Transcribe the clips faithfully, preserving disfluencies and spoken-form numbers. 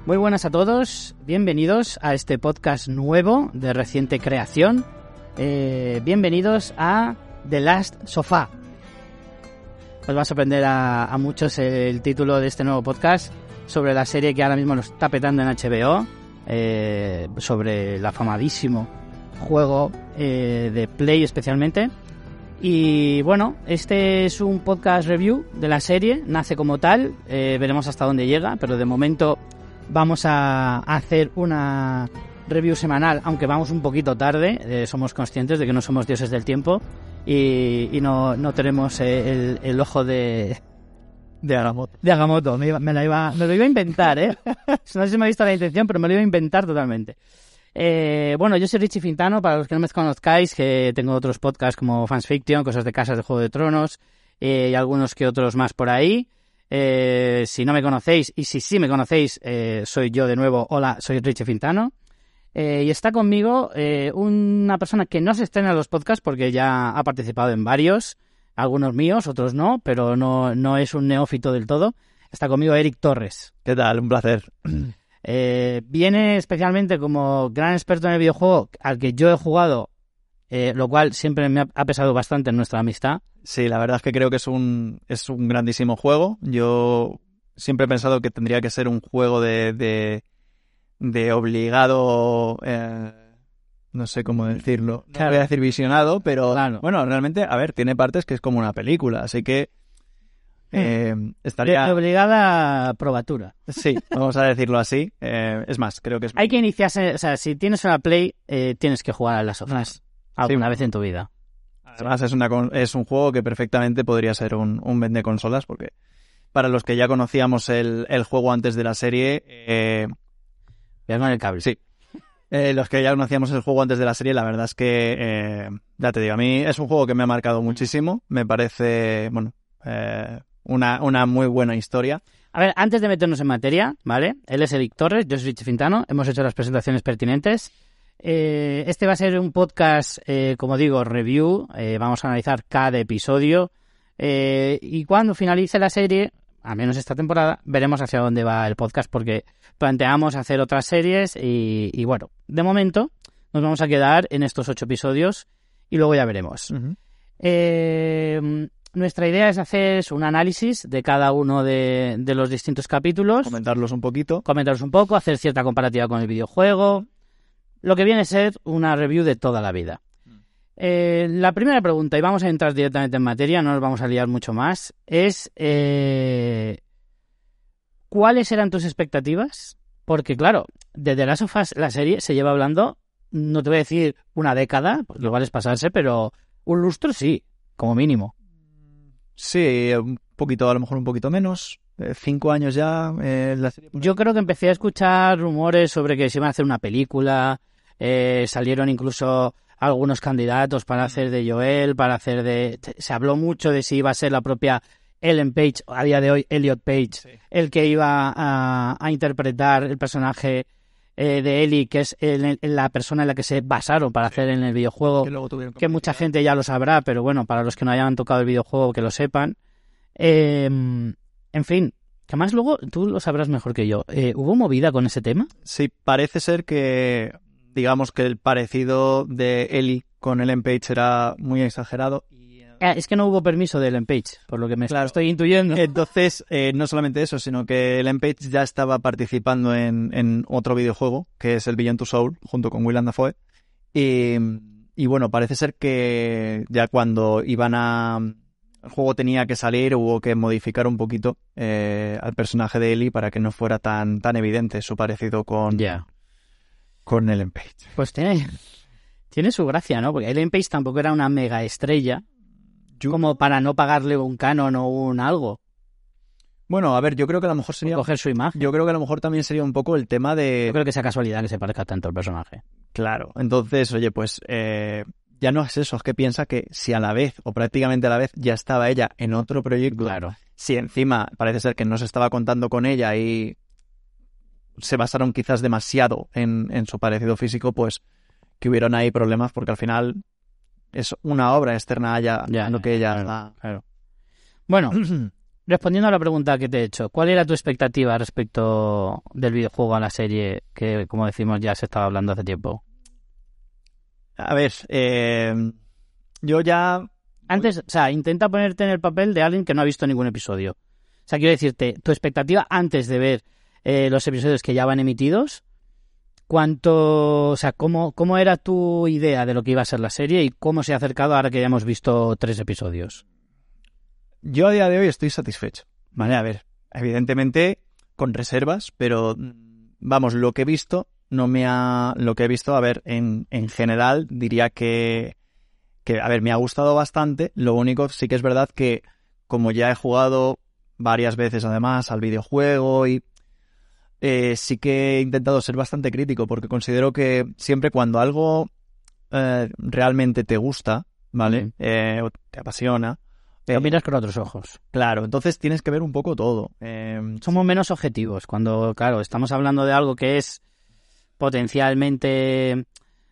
Muy buenas a todos, bienvenidos a este podcast nuevo de reciente creación. Eh, bienvenidos a The Last Sofá. Os va a sorprender a, a muchos el título de este nuevo podcast sobre la serie que ahora mismo nos está petando en H B O, eh, sobre el afamadísimo juego eh, de Play especialmente. Y bueno, este es un podcast review de la serie, nace como tal, eh, veremos hasta dónde llega, pero de momento vamos a hacer una review semanal, aunque vamos un poquito tarde, eh, somos conscientes de que no somos dioses del tiempo y, y no, no tenemos eh, el, el ojo de... De Agamotto. De Agamotto, me, iba, me, la iba, me lo iba a inventar, ¿eh? No sé si me ha visto la intención, pero me lo iba a inventar totalmente. Eh, bueno, yo soy Richie Fintano, para los que no me conozcáis, que tengo otros podcasts como Fans Fiction, cosas de casas de Juego de Tronos, eh, y algunos que otros más por ahí. Eh, si no me conocéis, y si sí me conocéis, eh, soy yo de nuevo. Hola, soy Richie Fintano. Eh, y está conmigo eh, una persona que no se estrena en los podcasts porque ya ha participado en varios, algunos míos, otros no, pero no, no es un neófito del todo. Está conmigo Eric Torres. ¿Qué tal? Un placer. Eh, viene especialmente como gran experto en el videojuego al que yo he jugado, eh, lo cual siempre me ha, ha pesado bastante en nuestra amistad. Sí, la verdad es que creo que es un, es un grandísimo juego. Yo siempre he pensado que tendría que ser un juego de, de, de obligado, eh, no sé cómo decirlo, no voy a decir visionado, pero claro. Bueno, realmente, a ver, tiene partes que es como una película, así que eh, estaría... De obligada probatura. Sí, vamos a decirlo así. Eh, es más, creo que es... Hay que iniciarse, o sea, si tienes una Play, eh, tienes que jugar a las sofás alguna sí. vez en tu vida. Además es, una, es un juego que perfectamente podría ser un, un vende consolas, porque para los que ya conocíamos el, el juego antes de la serie... Eh, Voy con el cable. Sí. Eh, los que ya conocíamos el juego antes de la serie, la verdad es que, eh, ya te digo, a mí es un juego que me ha marcado muchísimo. Me parece, bueno, eh, una, una muy buena historia. A ver, antes de meternos en materia, ¿vale? Él es Eric Torres, yo soy Richie Fintano, hemos hecho las presentaciones pertinentes. Eh, este va a ser un podcast, eh, como digo, review. Eh, vamos a analizar cada episodio. Eh, y cuando finalice la serie, al menos esta temporada, veremos hacia dónde va el podcast, porque planteamos hacer otras series y, y bueno, de momento nos vamos a quedar en estos ocho episodios y luego ya veremos. Uh-huh. Eh, nuestra idea es hacer un análisis de cada uno de, de los distintos capítulos. Comentarlos un poquito. Comentarlos un poco, hacer cierta comparativa con el videojuego. Lo que viene a ser una review de toda la vida. Eh, la primera pregunta, y vamos a entrar directamente en materia, no nos vamos a liar mucho más, es eh, ¿cuáles eran tus expectativas? Porque claro, de The Last of Us, la serie se lleva hablando, no te voy a decir una década, porque igual es pasarse, pero un lustro sí, como mínimo. Sí, un poquito, a lo mejor un poquito menos. Eh, cinco años ya. Eh, la serie... Yo creo que empecé a escuchar rumores sobre que se iban a hacer una película, eh, salieron incluso algunos candidatos para hacer de Joel, para hacer de... Se habló mucho de si iba a ser la propia Ellen Page, a día de hoy Elliot Page, sí, el que iba a, a interpretar el personaje eh, de Ellie, que es el, la persona en la que se basaron para sí. hacer en el videojuego, que, luego tuvieron que mucha gente ya lo sabrá, pero bueno, para los que no hayan tocado el videojuego, que lo sepan. Eh, en fin, que más luego tú lo sabrás mejor que yo. Eh, ¿Hubo movida con ese tema? Sí, parece ser que, digamos que el parecido de Ellie con Ellen Page era muy exagerado. Ah, es que no hubo permiso de Ellen Page, por lo que me claro. estoy intuyendo. Entonces, eh, no solamente eso, sino que Ellen Page ya estaba participando en, en otro videojuego, que es el Beyond Two Souls, junto con Willem Dafoe. Y, y bueno, parece ser que ya cuando iban a... el juego tenía que salir, hubo que modificar un poquito eh, al personaje de Ellie para que no fuera tan, tan evidente su parecido con, yeah. con Ellen Page. Pues tiene, tiene su gracia, ¿no? Porque Ellen Page tampoco era una mega estrella, yo... como para no pagarle un canon o un algo. Bueno, a ver, yo creo que a lo mejor sería... coger su imagen. Yo creo que a lo mejor también sería un poco el tema de... Yo creo que sea casualidad que se parezca tanto el personaje. Claro, entonces, oye, pues... Eh... ya no es eso, es que piensa que si a la vez, o prácticamente a la vez, ya estaba ella en otro proyecto, claro. Si encima parece ser que no se estaba contando con ella y se basaron quizás demasiado en, en su parecido físico, pues que hubieron ahí problemas, porque al final es una obra externa a ella, ya, lo que ella... Claro, claro. Bueno, respondiendo a la pregunta que te he hecho, ¿cuál era tu expectativa respecto del videojuego a la serie que, como decimos, ya se estaba hablando hace tiempo? A ver, eh, yo ya... Antes, o sea, intenta ponerte en el papel de alguien que no ha visto ningún episodio. O sea, quiero decirte, tu expectativa antes de ver eh, los episodios que ya van emitidos, ¿cuánto, o sea, cómo, cómo era tu idea de lo que iba a ser la serie y cómo se ha acercado ahora que ya hemos visto tres episodios? Yo a día de hoy estoy satisfecho. Vale, a ver, evidentemente con reservas, pero vamos, lo que he visto no me ha... Lo que he visto, a ver, en, en general diría que, que, a ver, me ha gustado bastante. Lo único sí que es verdad que como ya he jugado varias veces además al videojuego y eh, sí que he intentado ser bastante crítico porque considero que siempre cuando algo eh, realmente te gusta, ¿vale? Mm. Eh, o te apasiona, Lo miras con otros ojos. claro, entonces tienes que ver un poco todo. Eh, Somos menos objetivos cuando, claro, estamos hablando de algo que es potencialmente,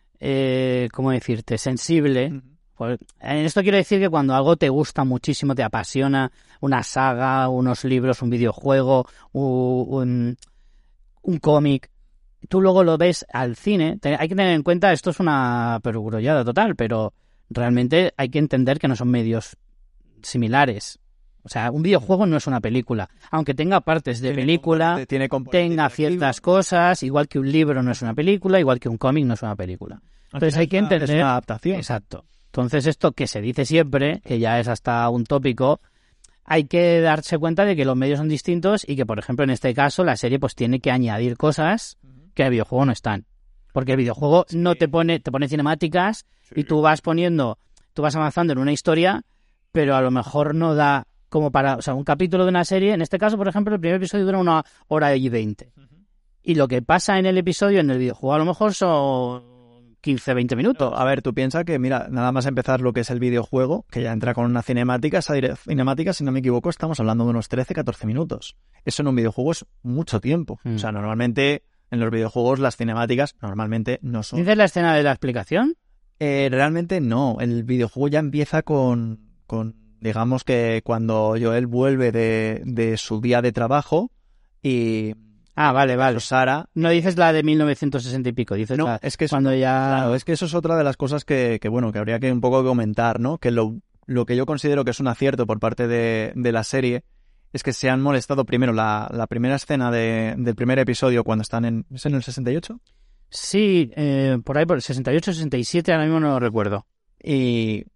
eh, ¿cómo decirte?, sensible. Pues, en esto quiero decir que cuando algo te gusta muchísimo, te apasiona, una saga, unos libros, un videojuego, un, un, un cómic, tú luego lo ves al cine. Te, hay que tener en cuenta, esto es una perogrullada total, pero realmente hay que entender que no son medios similares. O sea, un videojuego no es una película. Aunque tenga partes de tiene película, componente, tiene componente tenga ciertas cosas, igual que un libro no es una película, igual que un cómic no es una película. Entonces hay que entender... Es una adaptación. Exacto. Entonces esto que se dice siempre, que ya es hasta un tópico, hay que darse cuenta de que los medios son distintos y que, por ejemplo, en este caso, la serie pues tiene que añadir cosas que en el videojuego no están. Porque el videojuego sí. no te pone, te pone cinemáticas sí. y tú vas poniendo, tú vas avanzando en una historia, pero a lo mejor no da como para, o sea, un capítulo de una serie, en este caso, por ejemplo, el primer episodio dura una hora y veinte. Uh-huh. Y lo que pasa en el episodio, en el videojuego, a lo mejor son quince, veinte minutos. A ver, tú piensas que, mira, nada más empezar lo que es el videojuego, que ya entra con una cinemática, esa cinemática, si no me equivoco, estamos hablando de unos trece, catorce minutos. Eso en un videojuego es mucho tiempo. Mm. O sea, normalmente en los videojuegos las cinemáticas normalmente no son... ¿Dices la escena de la explicación? Eh, realmente no. El videojuego ya empieza con... con digamos que cuando Joel vuelve de, de su día de trabajo y... Ah, vale, vale. Sara... No dices la de mil novecientos sesenta y pico, dices no, la, es que cuando eso, ya... Claro, es que eso es otra de las cosas que, que bueno, que habría que un poco comentar, ¿no? Que lo, lo que yo considero que es un acierto por parte de, de la serie es que se han molestado primero la, la primera escena de, del primer episodio cuando están en... ¿Es en el sesenta y ocho? Sí, eh, por ahí por el sesenta y ocho, sesenta y siete, ahora mismo no lo recuerdo. Y...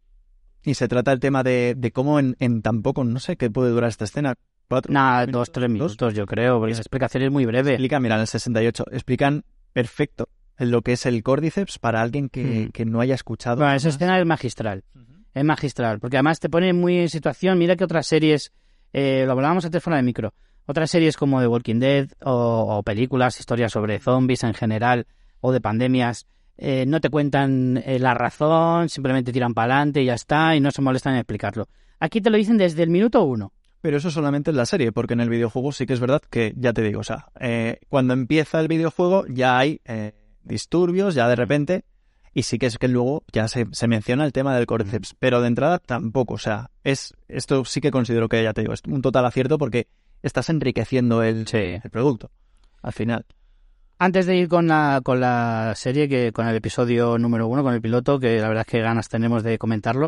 Y se trata el tema de, de cómo en, en tan poco, no sé qué puede durar esta escena. ¿Cuatro? Nada, dos, tres minutos, dos? yo creo, porque es, la explicación es muy breve. Explica, mira, en el sesenta y ocho, explican perfecto lo que es el Cordyceps para alguien que, mm. que no haya escuchado. Bueno, esa escena es magistral, uh-huh. es magistral, porque además te pone muy en situación. Mira que otras series, eh, lo hablábamos antes fuera de micro, otras series como The Walking Dead o, o películas, historias sobre zombies en general o de pandemias, Eh, no te cuentan eh, la razón, simplemente tiran para adelante y ya está, y no se molestan en explicarlo. Aquí te lo dicen desde el minuto uno. Pero eso solamente en la serie, porque en el videojuego sí que es verdad que, ya te digo, o sea, eh, cuando empieza el videojuego ya hay eh, disturbios, ya de repente, y sí que es que luego ya se, se menciona el tema del Cordyceps, pero de entrada tampoco, o sea, es esto sí que considero que, ya te digo, es un total acierto porque estás enriqueciendo el, sí. el producto, al final. Antes de ir con la con la serie, que con el episodio número uno, con el piloto, que la verdad es que ganas tenemos de comentarlo,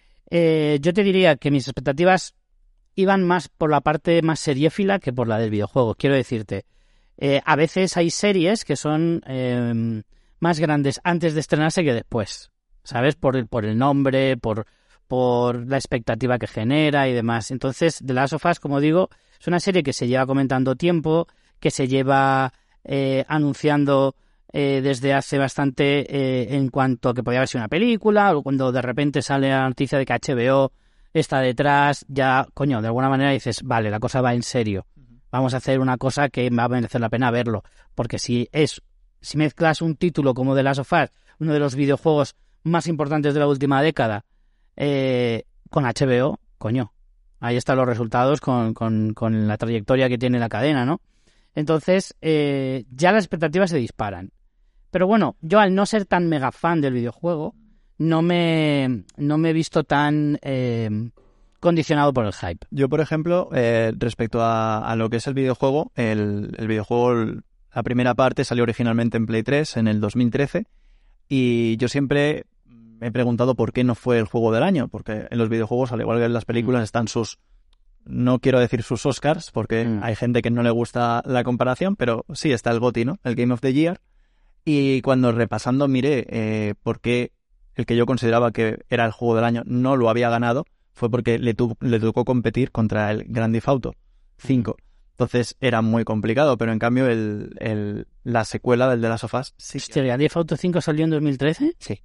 eh, yo te diría que mis expectativas iban más por la parte más seriéfila que por la del videojuego. Quiero decirte, eh, a veces hay series que son eh, más grandes antes de estrenarse que después, ¿sabes? Por el, por el nombre, por, por la expectativa que genera y demás. Entonces, The Last of Us, como digo, es una serie que se lleva comentando tiempo, que se lleva... Eh, anunciando eh, desde hace bastante eh, en cuanto a que podía haber sido una película, o cuando de repente sale la noticia de que H B O está detrás, ya, coño, de alguna manera dices, vale, la cosa va en serio, vamos a hacer una cosa que va a merecer la pena verlo, porque si es, si mezclas un título como The Last of Us, uno de los videojuegos más importantes de la última década, eh, con H B O, coño, ahí están los resultados con, con, con la trayectoria que tiene la cadena, ¿no? Entonces, eh, ya las expectativas se disparan. Pero bueno, yo al no ser tan mega fan del videojuego, no me, no me he visto tan, eh, condicionado por el hype. Yo, por ejemplo, eh, respecto a, a lo que es el videojuego, el, el videojuego, la primera parte salió originalmente en Play tres en el dos mil trece y yo siempre me he preguntado por qué no fue el juego del año, porque en los videojuegos, al igual que en las películas, están sus, no quiero decir sus Oscars, porque mm. hay gente que no le gusta la comparación, pero sí está el GOTY, ¿no? El Game of the Year. Y cuando repasando miré eh, por qué el que yo consideraba que era el juego del año no lo había ganado, fue porque le, tu, le tocó competir contra el Grand Theft Auto cinco. Entonces era muy complicado, pero en cambio el, el, la secuela del The Last of Us sí. Hostia, ¿el Grand Theft Auto cinco salió en dos mil trece? Sí.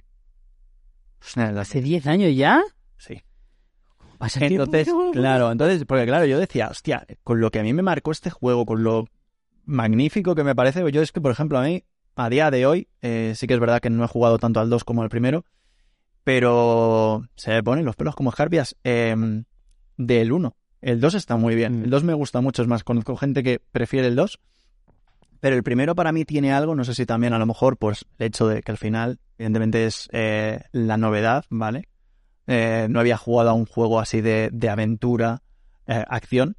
¿Hace diez años ya? Sí. Entonces, claro, entonces, porque claro, yo decía, hostia, con lo que a mí me marcó este juego, con lo magnífico que me parece, yo es que, por ejemplo, a mí, a día de hoy, eh, sí que es verdad que no he jugado tanto al dos como al primero, pero se me ponen los pelos como escarpias eh, del uno. El dos está muy bien, el dos me gusta mucho, es más, conozco gente que prefiere el dos, pero el primero para mí tiene algo, no sé si también a lo mejor, pues el hecho de que al final, evidentemente es eh, la novedad, ¿vale? Eh, no había jugado a un juego así de, de aventura, eh, acción,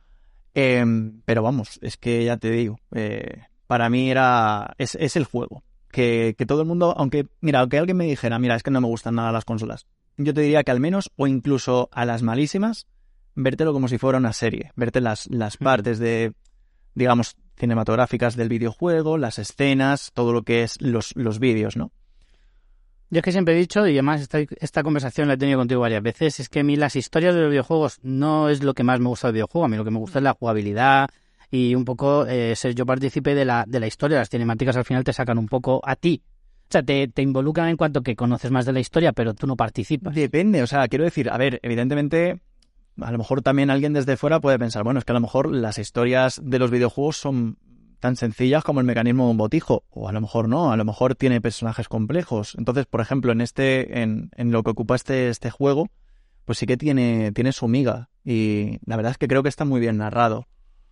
eh, pero vamos, es que ya te digo, eh, para mí era es, es el juego, que, que todo el mundo, aunque, mira, aunque alguien me dijera, mira, es que no me gustan nada las consolas, yo te diría que al menos, o incluso a las malísimas, vértelo como si fuera una serie, verte las, las partes de, digamos, cinematográficas del videojuego, las escenas, todo lo que es los, los vídeos, ¿no? Yo es que siempre he dicho, y además esta, esta conversación la he tenido contigo varias veces, es que a mí las historias de los videojuegos no es lo que más me gusta del videojuego, a mí lo que me gusta es la jugabilidad y un poco eh, ser yo partícipe de la, de la historia. Las cinemáticas al final te sacan un poco a ti. O sea, te, te involucran en cuanto que conoces más de la historia, pero tú no participas. Depende, o sea, quiero decir, a ver, evidentemente, a lo mejor también alguien desde fuera puede pensar, bueno, es que a lo mejor las historias de los videojuegos son tan sencillas como el mecanismo de un botijo, o a lo mejor no, a lo mejor tiene personajes complejos. Entonces, por ejemplo, en este, en, en lo que ocupa este, este juego, pues sí que tiene, tiene su miga, y la verdad es que creo que está muy bien narrado.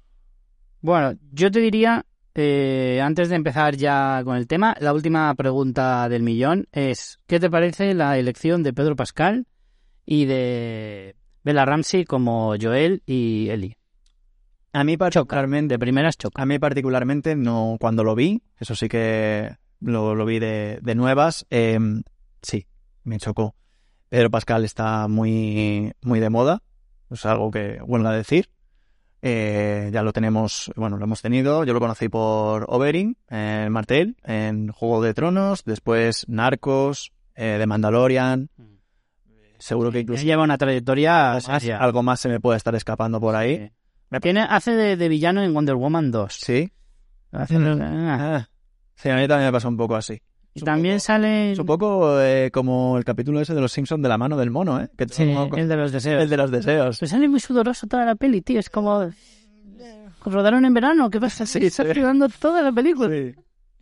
Bueno, yo te diría, eh, antes de empezar ya con el tema, la última pregunta del millón es, ¿qué te parece la elección de Pedro Pascal y de Bella Ramsey como Joel y Ellie? A mí particularmente, de primeras choca. A mí particularmente, no, cuando lo vi, eso sí que lo, lo vi de, de nuevas, eh, sí, me chocó. Pedro Pascal está muy, muy de moda, es algo que huelga decir. Eh, ya lo tenemos, bueno, lo hemos tenido, yo lo conocí por Oberyn, en Martell, en Juego de Tronos, después Narcos, eh, de Mandalorian. Seguro que incluso lleva una trayectoria algo más, algo más se me puede estar escapando por ahí. Sí. Tiene, hace de, de villano en Wonder Woman dos. Sí. Hace, ah. Sí, a mí también me pasa un poco así. Y también poco, sale... Es un poco eh, como el capítulo ese de los Simpsons de la mano del mono, ¿eh? Que sí, como... el de los deseos. El de los deseos. Pero sale muy sudoroso toda la peli, tío. Es como... ¿Rodaron en verano? ¿Qué pasa? Sí, está sí. rodando toda la película. Sí.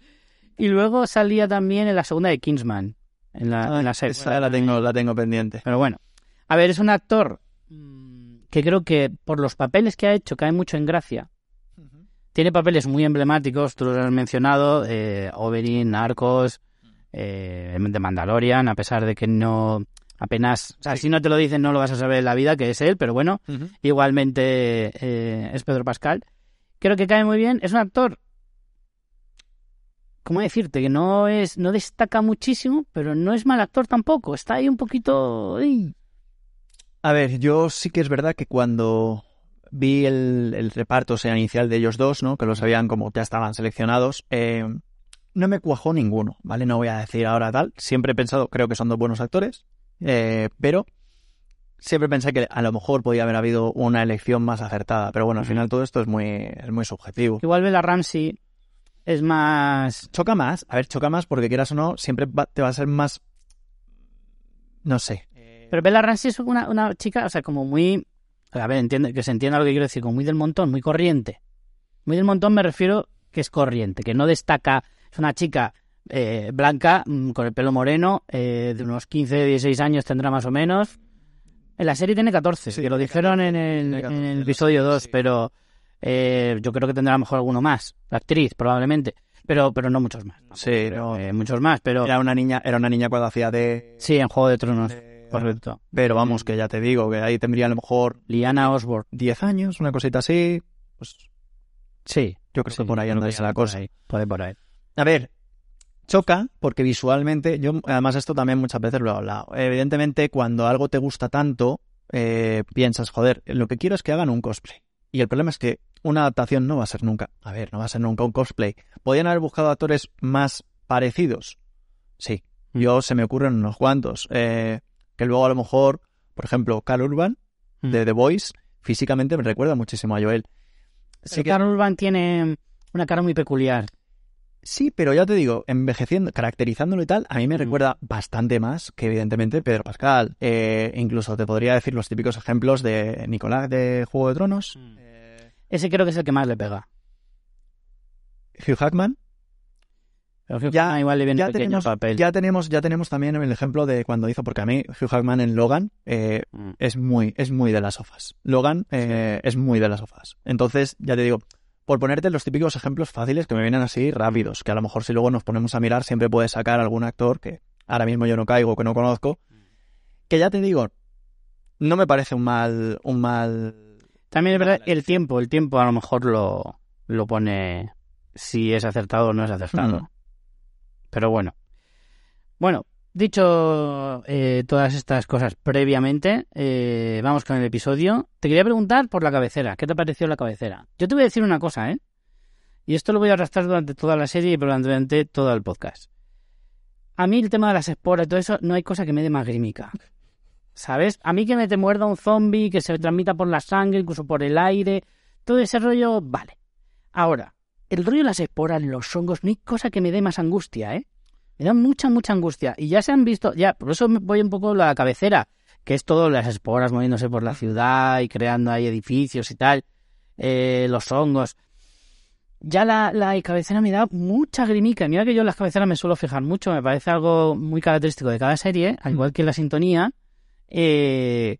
Y luego salía también en la segunda de Kingsman. En la, ah, en la serie. Esa la tengo, la tengo pendiente. Pero bueno. A ver, es un actor que creo que por los papeles que ha hecho cae mucho en gracia. Uh-huh. Tiene papeles muy emblemáticos, tú los has mencionado, eh, Oberyn, Narcos, eh, de Mandalorian, a pesar de que no apenas, o sea, sí. Si no te lo dicen no lo vas a saber en la vida que es él, pero bueno, uh-huh. Igualmente eh, es Pedro Pascal. Creo que cae muy bien, es un actor, ¿cómo decirte? Que no es, no destaca muchísimo, pero no es mal actor tampoco, está ahí un poquito... ¡ay! A ver, yo sí que es verdad que cuando vi el, el reparto, o sea, inicial de ellos dos, ¿no? Que los habían como ya estaban seleccionados, eh, no me cuajó ninguno, ¿vale? No voy a decir ahora tal. Siempre he pensado, creo que son dos buenos actores, eh, pero siempre pensé que a lo mejor podía haber habido una elección más acertada. Pero bueno, al final todo esto es muy, es muy subjetivo. Igual Bella Ramsey es más... Choca más, a ver, choca más porque quieras o no, siempre va, te va a ser más... No sé... Pero Bella Ramsey es una, una chica, o sea, como muy... A ver, entiende, que se entienda lo que quiero decir, como muy del montón, muy corriente. Muy del montón me refiero que es corriente, que no destaca. Es una chica eh, blanca, mmm, con el pelo moreno, eh, de unos quince, dieciséis años tendrá más o menos. En la serie tiene catorce, sí, que lo dijeron en el, catorce, en el episodio dos, sí. Pero eh, yo creo que tendrá a lo mejor alguno más. La actriz, probablemente. Pero pero no muchos más. Sí, pero, eh, muchos más, pero... Era una niña, era una niña cuando hacía de... Sí, en Juego de Tronos. De... correcto. Pero vamos, que ya te digo, que ahí tendría a lo mejor Liana Osborne. diez años, una cosita así. Pues sí, yo creo sí, que por ahí andaría la cosa. Por ahí, puede por ahí. A ver, choca porque visualmente, yo además esto también muchas veces lo he hablado. Evidentemente, cuando algo te gusta tanto, eh, piensas, joder, lo que quiero es que hagan un cosplay. Y el problema es que una adaptación no va a ser nunca, a ver, no va a ser nunca un cosplay. ¿Podrían haber buscado actores más parecidos? Sí, yo se me ocurren unos cuantos. Eh, que luego a lo mejor, por ejemplo, Karl Urban, mm. de The Voice, físicamente me recuerda muchísimo a Joel. Sí que Karl Urban tiene una cara muy peculiar. Sí, pero ya te digo, envejeciendo, caracterizándolo y tal, a mí me mm. recuerda bastante más que evidentemente Pedro Pascal. Eh, incluso te podría decir los típicos ejemplos de Nicolás de Juego de Tronos. Mm. Eh... Ese creo que es el que más le pega. Hugh Jackman. Pero Hugh ya, Jackman igual le viene ya pequeño tenemos, papel. Ya tenemos, ya tenemos también el ejemplo de cuando hizo, porque a mí Hugh Jackman en Logan eh, mm. es muy, es muy de las sofás. Logan eh, sí. es muy de las sofás. Entonces, ya te digo, por ponerte los típicos ejemplos fáciles que me vienen así rápidos, que a lo mejor si luego nos ponemos a mirar siempre puedes sacar algún actor que ahora mismo yo no caigo, que no conozco, que ya te digo, no me parece un mal... un mal También es verdad, el tiempo, el tiempo a lo mejor lo, lo pone si es acertado o no es acertado. Mm. Pero bueno. Bueno, dicho eh, todas estas cosas previamente, eh, vamos con el episodio. Te quería preguntar por la cabecera. ¿Qué te pareció la cabecera? Yo te voy a decir una cosa, ¿eh? Y esto lo voy a arrastrar durante toda la serie y durante todo el podcast. A mí el tema de las esporas y todo eso, no hay cosa que me dé más grímica. ¿Sabes? A mí que me te muerda un zombie, que se transmita por la sangre, incluso por el aire, todo ese rollo, vale. Ahora, el rollo de las esporas, los hongos, no hay cosa que me dé más angustia, ¿eh? Me da mucha, mucha angustia. Y ya se han visto, ya, por eso voy un poco a la cabecera, que es todo las esporas moviéndose por la ciudad y creando ahí edificios y tal, eh, los hongos. Ya la, la cabecera me da mucha grimica. Mira que yo en las cabeceras me suelo fijar mucho, me parece algo muy característico de cada serie, al igual que la sintonía. Eh...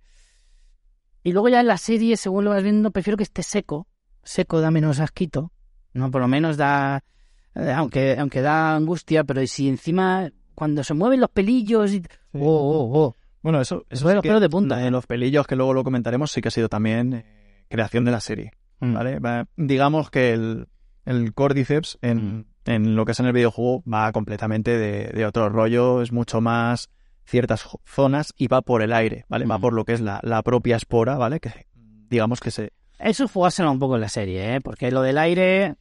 Y luego ya en la serie, según lo vas viendo, prefiero que esté seco. Seco da menos asquito, ¿no? Por lo menos da... Aunque, aunque da angustia, pero si encima cuando se mueven los pelillos y... Sí. Oh, oh, oh. Bueno, eso, eso sí los pelos de punta. En los pelillos, que luego lo comentaremos, sí que ha sido también eh, creación de la serie, mm. ¿vale? Va, digamos que el, el Cordyceps en, mm. en lo que es en el videojuego va completamente de, de otro rollo, es mucho más ciertas zonas y va por el aire, ¿vale? Mm. Va por lo que es la, la propia espora, ¿vale? Que digamos que se... Eso es jugárselo un poco en la serie, ¿eh? Porque lo del aire...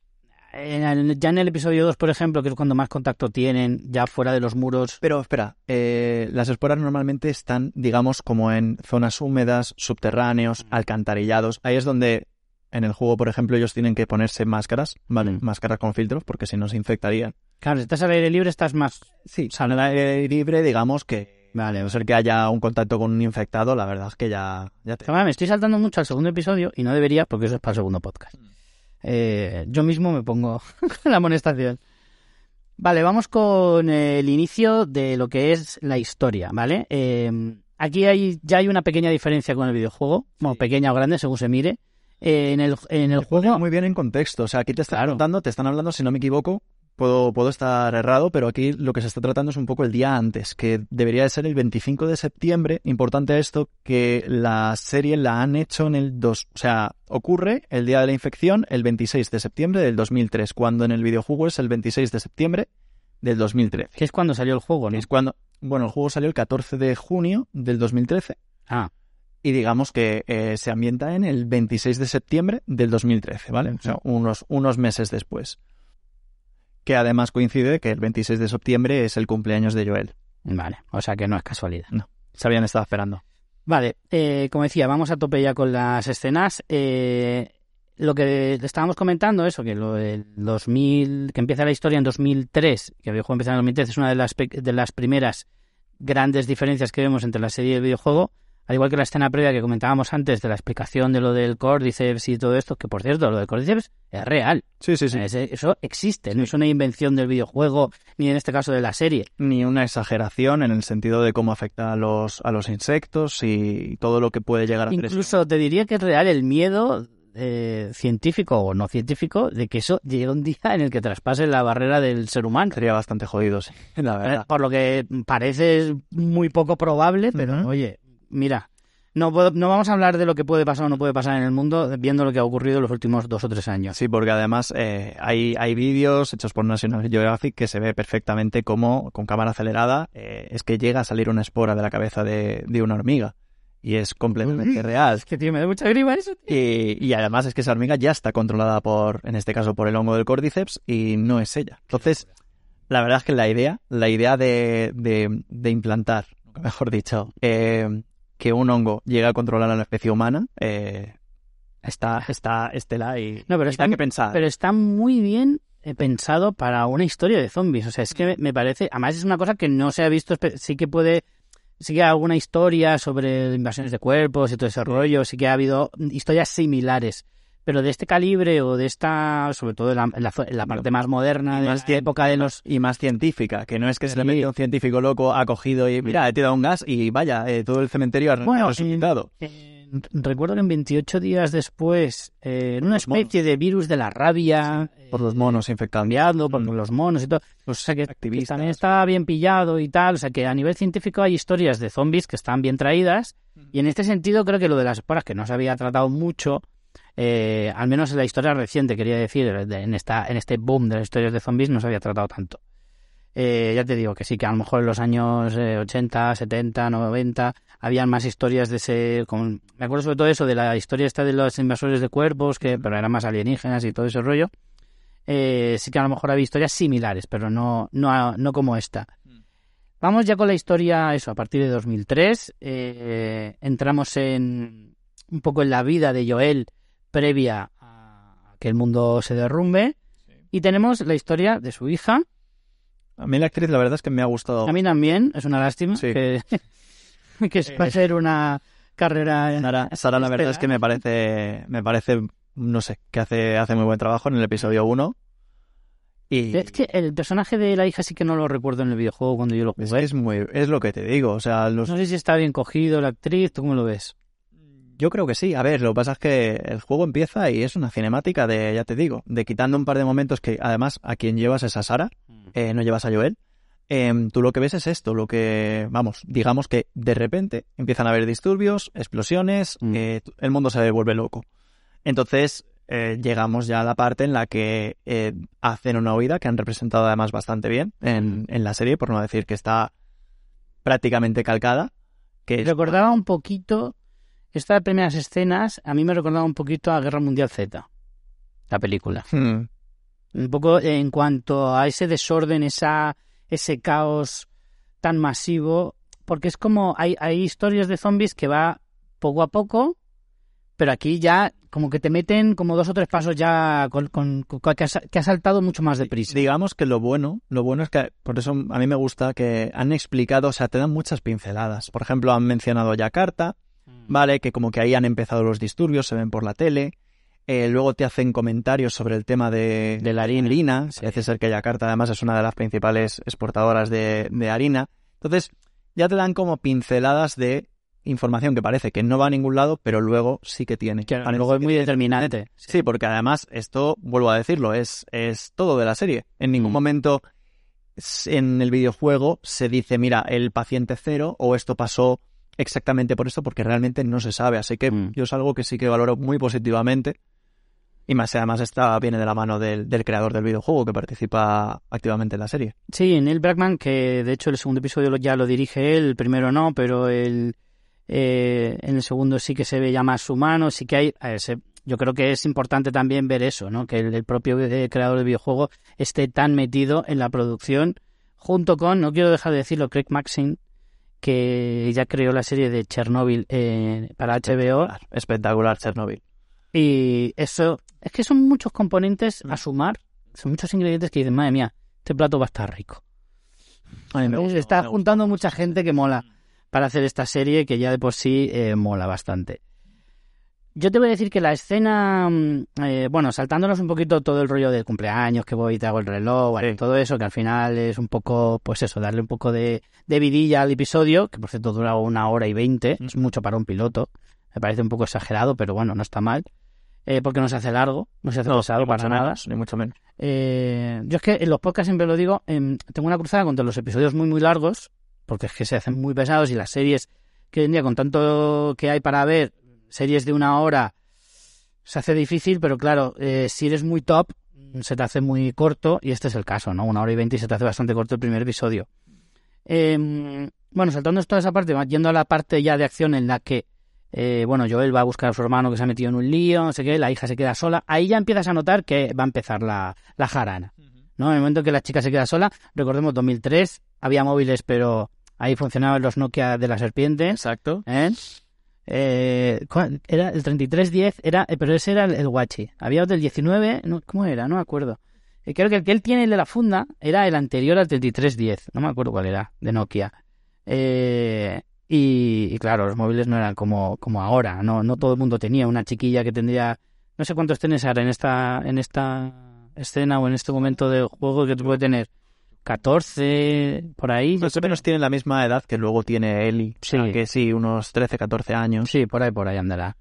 En el, ya en el episodio dos, por ejemplo, que es cuando más contacto tienen, ya fuera de los muros... Pero espera, eh, las esporas normalmente están, digamos, como en zonas húmedas, subterráneos, mm. alcantarillados. Ahí es donde, en el juego, por ejemplo, ellos tienen que ponerse máscaras, ¿vale? Mm. Máscaras con filtros, porque si no se infectarían. Claro, si estás al aire libre estás más... Sí, al aire libre, digamos que... Vale, a no ser que haya un contacto con un infectado, la verdad es que ya... ya te... Me estoy saltando mucho al segundo episodio, y no debería, porque eso es para el segundo podcast. Mm. Eh, yo mismo me pongo la amonestación. Vale, vamos con el inicio de lo que es la historia, ¿vale? Eh, aquí hay ya hay una pequeña diferencia con el videojuego, sí. Bueno, pequeña o grande según se mire. Eh, en el, en el juego... Muy bien en contexto, o sea, aquí te están claro. contando, te están hablando, si no me equivoco, puedo, puedo estar errado, pero aquí lo que se está tratando es un poco el día antes, que debería de ser el veinticinco de septiembre. Importante esto, que la serie la han hecho en el dos, o sea, ocurre el día de la infección el veintiséis de septiembre del dos mil tres, cuando en el videojuego es el veintiséis de septiembre del dos mil trece. Que es cuando salió el juego, ¿no? Es cuando, bueno, el juego salió el catorce de junio del dos mil trece. Ah. Y digamos que eh, se ambienta en el veintiséis de septiembre del dos mil trece, ¿vale? O sea, unos, unos meses después. Que además coincide que el veintiséis de septiembre es el cumpleaños de Joel. Vale, o sea que no es casualidad. No, se habían estado esperando. Vale, eh, como decía, vamos a tope ya con las escenas. Eh, lo que estábamos comentando, eso, que lo del dos mil, que empieza la historia en dos mil tres, que el videojuego empieza en dos mil tres, es una de las, de las primeras grandes diferencias que vemos entre la serie y el videojuego. Al igual que la escena previa que comentábamos antes de la explicación de lo del Cordyceps y todo esto, que por cierto, lo del Cordyceps es real. Sí, sí, sí. Es, eso existe, sí. No es una invención del videojuego, ni en este caso de la serie. Ni una exageración en el sentido de cómo afecta a los, a los insectos y todo lo que puede llegar a... Incluso te diría que es real el miedo eh, científico o no científico de que eso llegue un día en el que traspase la barrera del ser humano. Sería bastante jodido, sí, la verdad. Por lo que parece muy poco probable, pero uh-huh. oye, mira, no, puedo, no vamos a hablar de lo que puede pasar o no puede pasar en el mundo viendo lo que ha ocurrido en los últimos dos o tres años. Sí, porque además eh, hay, hay vídeos hechos por National Geographic que se ve perfectamente cómo, con cámara acelerada, eh, es que llega a salir una espora de la cabeza de, de una hormiga. Y es completamente real. Es que, tío, me da mucha grima eso, tío. Y, y además es que esa hormiga ya está controlada por, en este caso, por el hongo del Cordyceps y no es ella. Entonces, la verdad es que la idea, la idea de, de, de implantar, mejor dicho, eh, que un hongo llegue a controlar a la especie humana, eh, está, está estela y, no, pero y está, hay que pensar. Pero está muy bien eh, pensado para una historia de zombies. O sea, es que me, me parece, además es una cosa que no se ha visto, sí que puede... Sí que hay alguna historia sobre invasiones de cuerpos y todo ese rollo, sí que ha habido historias similares, pero de este calibre o de esta, sobre todo en la, en la, en la parte más moderna de más la época de los... Y más científica, que no es que se le mete un científico loco acogido y mira, he tirado un gas y vaya, eh, todo el cementerio ha bueno, resucitado. En, en, recuerdo que en veintiocho días después, eh, en una especie de virus de la rabia... Sí, por los monos infectados. Cambiando, por mm. los monos y todo. O sea que, que también está bien pillado y tal. O sea que a nivel científico hay historias de zombies que están bien traídas. Y en este sentido creo que lo de las esporas, que no se había tratado mucho, eh, al menos en la historia reciente, quería decir, de, en, esta, en este boom de las historias de zombies no se había tratado tanto. Eh, ya te digo que sí, que a lo mejor en los años eh, ochenta, setenta, noventa habían más historias de ese... Con, me acuerdo sobre todo eso, de la historia esta de los invasores de cuerpos, que pero eran más alienígenas y todo ese rollo. Eh, sí que a lo mejor había historias similares, pero no, no, no como esta. Vamos ya con la historia, eso, a partir de dos mil tres. Eh, entramos en un poco en la vida de Joel previa a que el mundo se derrumbe. Sí. Y tenemos la historia de su hija. A mí la actriz la verdad es que me ha gustado. A mí también, es una lástima sí. que, que va a ser una carrera... Sara, Sara la verdad es que me parece, me parece, no sé, que hace, hace muy buen trabajo en el episodio uno. Y... Es que el personaje de la hija sí que no lo recuerdo en el videojuego cuando yo lo jugué. Es, que es, muy, es lo que te digo, o sea... Los... No sé si está bien cogido la actriz, ¿tú cómo lo ves? Yo creo que sí. A ver, lo que pasa es que el juego empieza y es una cinemática de, ya te digo, de quitando un par de momentos que además a quien llevas es a Sara, eh, no llevas a Joel. Eh, tú lo que ves es esto, lo que, vamos, digamos que de repente empiezan a haber disturbios, explosiones, mm. eh, el mundo se vuelve loco. Entonces... Eh, llegamos ya a la parte en la que eh, hacen una huida que han representado además bastante bien en, en la serie, por no decir que está prácticamente calcada. Que recordaba es... un poquito, estas primeras escenas, a mí me recordaba un poquito a Guerra Mundial Z, la película. Hmm. Un poco en cuanto a ese desorden, esa ese caos tan masivo, porque es como, hay, hay historias de zombies que va poco a poco, pero aquí ya como que te meten como dos o tres pasos ya con, con, con que, has, que ha saltado mucho más deprisa. Digamos que lo bueno, lo bueno es que, por eso a mí me gusta que han explicado, o sea, te dan muchas pinceladas. Por ejemplo, han mencionado Yakarta, mm. ¿vale? Que como que ahí han empezado los disturbios, se ven por la tele. Eh, luego te hacen comentarios sobre el tema de, de la harina. Sí. Parece ser que Yakarta además es una de las principales exportadoras de, de harina. Entonces, ya te dan como pinceladas de información que parece que no va a ningún lado, pero luego sí que tiene. Claro, luego es muy determinante. Sí. sí, porque además esto, vuelvo a decirlo, es, es todo de la serie. En ningún mm. momento en el videojuego se dice, mira, el paciente cero o esto pasó exactamente por esto, porque realmente no se sabe. Así que mm. yo es algo que sí que valoro muy positivamente. Y más además esta viene de la mano del, del creador del videojuego que participa activamente en la serie. Sí, Neil Druckmann, que de hecho el segundo episodio ya lo dirige él, el primero no, pero el... Eh, en el segundo sí que se ve ya más humano, sí que hay, a ver, se, yo creo que es importante también ver eso, ¿no? Que el, el propio creador del videojuego esté tan metido en la producción, junto con, no quiero dejar de decirlo, Craig Mazin, que ya creó la serie de Chernobyl eh, para H B O. Espectacular, espectacular Chernobyl. Y eso, es que son muchos componentes a sumar, son muchos ingredientes que dicen, madre mía, este plato va a estar rico. A mí me gusta, está me juntando gusta. Mucha gente que mola para hacer esta serie que ya de por sí eh, mola bastante. Yo te voy a decir que la escena, eh, bueno, saltándonos un poquito todo el rollo del cumpleaños, que voy y te hago el reloj, bueno, sí. todo eso, que al final es un poco, pues eso, darle un poco de, de vidilla al episodio, que por cierto dura una hora y veinte, mm. es mucho para un piloto, me parece un poco exagerado, pero bueno, no está mal. eh, porque no se hace largo, no se hace No, pesado ni para mucho nada. menos, ni mucho menos. Eh, yo es que en los podcasts siempre lo digo, eh, tengo una cruzada contra los episodios muy muy largos, porque es que se hacen muy pesados y las series que hoy en día con tanto que hay para ver, series de una hora, se hace difícil, pero claro, eh, si eres muy top, se te hace muy corto y este es el caso, ¿no? Una hora y veinte y se te hace bastante corto el primer episodio. Eh, bueno, saltando toda esa parte, yendo a la parte ya de acción en la que Eh, bueno, Joel va a buscar a su hermano que se ha metido en un lío, no sé qué, la hija se queda sola. Ahí ya empiezas a notar que va a empezar la, la jarana, ¿no? En el momento en que la chica se queda sola, recordemos dos mil tres, había móviles, pero ahí funcionaban los Nokia de la serpiente. Exacto. ¿Eh? Eh, ¿cuál? Era el treinta y tres diez, era, eh, pero ese era el, el Wachi. Había otro del diecinueve, no, ¿cómo era? No me acuerdo. Eh, creo que el que él tiene, el de la funda, era el anterior al treinta y tres diez. No me acuerdo cuál era, de Nokia. Eh... Y, y claro, los móviles no eran como, como ahora, no no todo el mundo tenía. Una chiquilla que tendría, no sé cuántos tienes ahora en esta en esta escena o en este momento de juego que tú puedes tener, catorce, por ahí. Más o menos tienen la misma edad que luego tiene Ellie, Sí. o sea, que sí, unos trece, catorce años. Sí, por ahí, por ahí andará.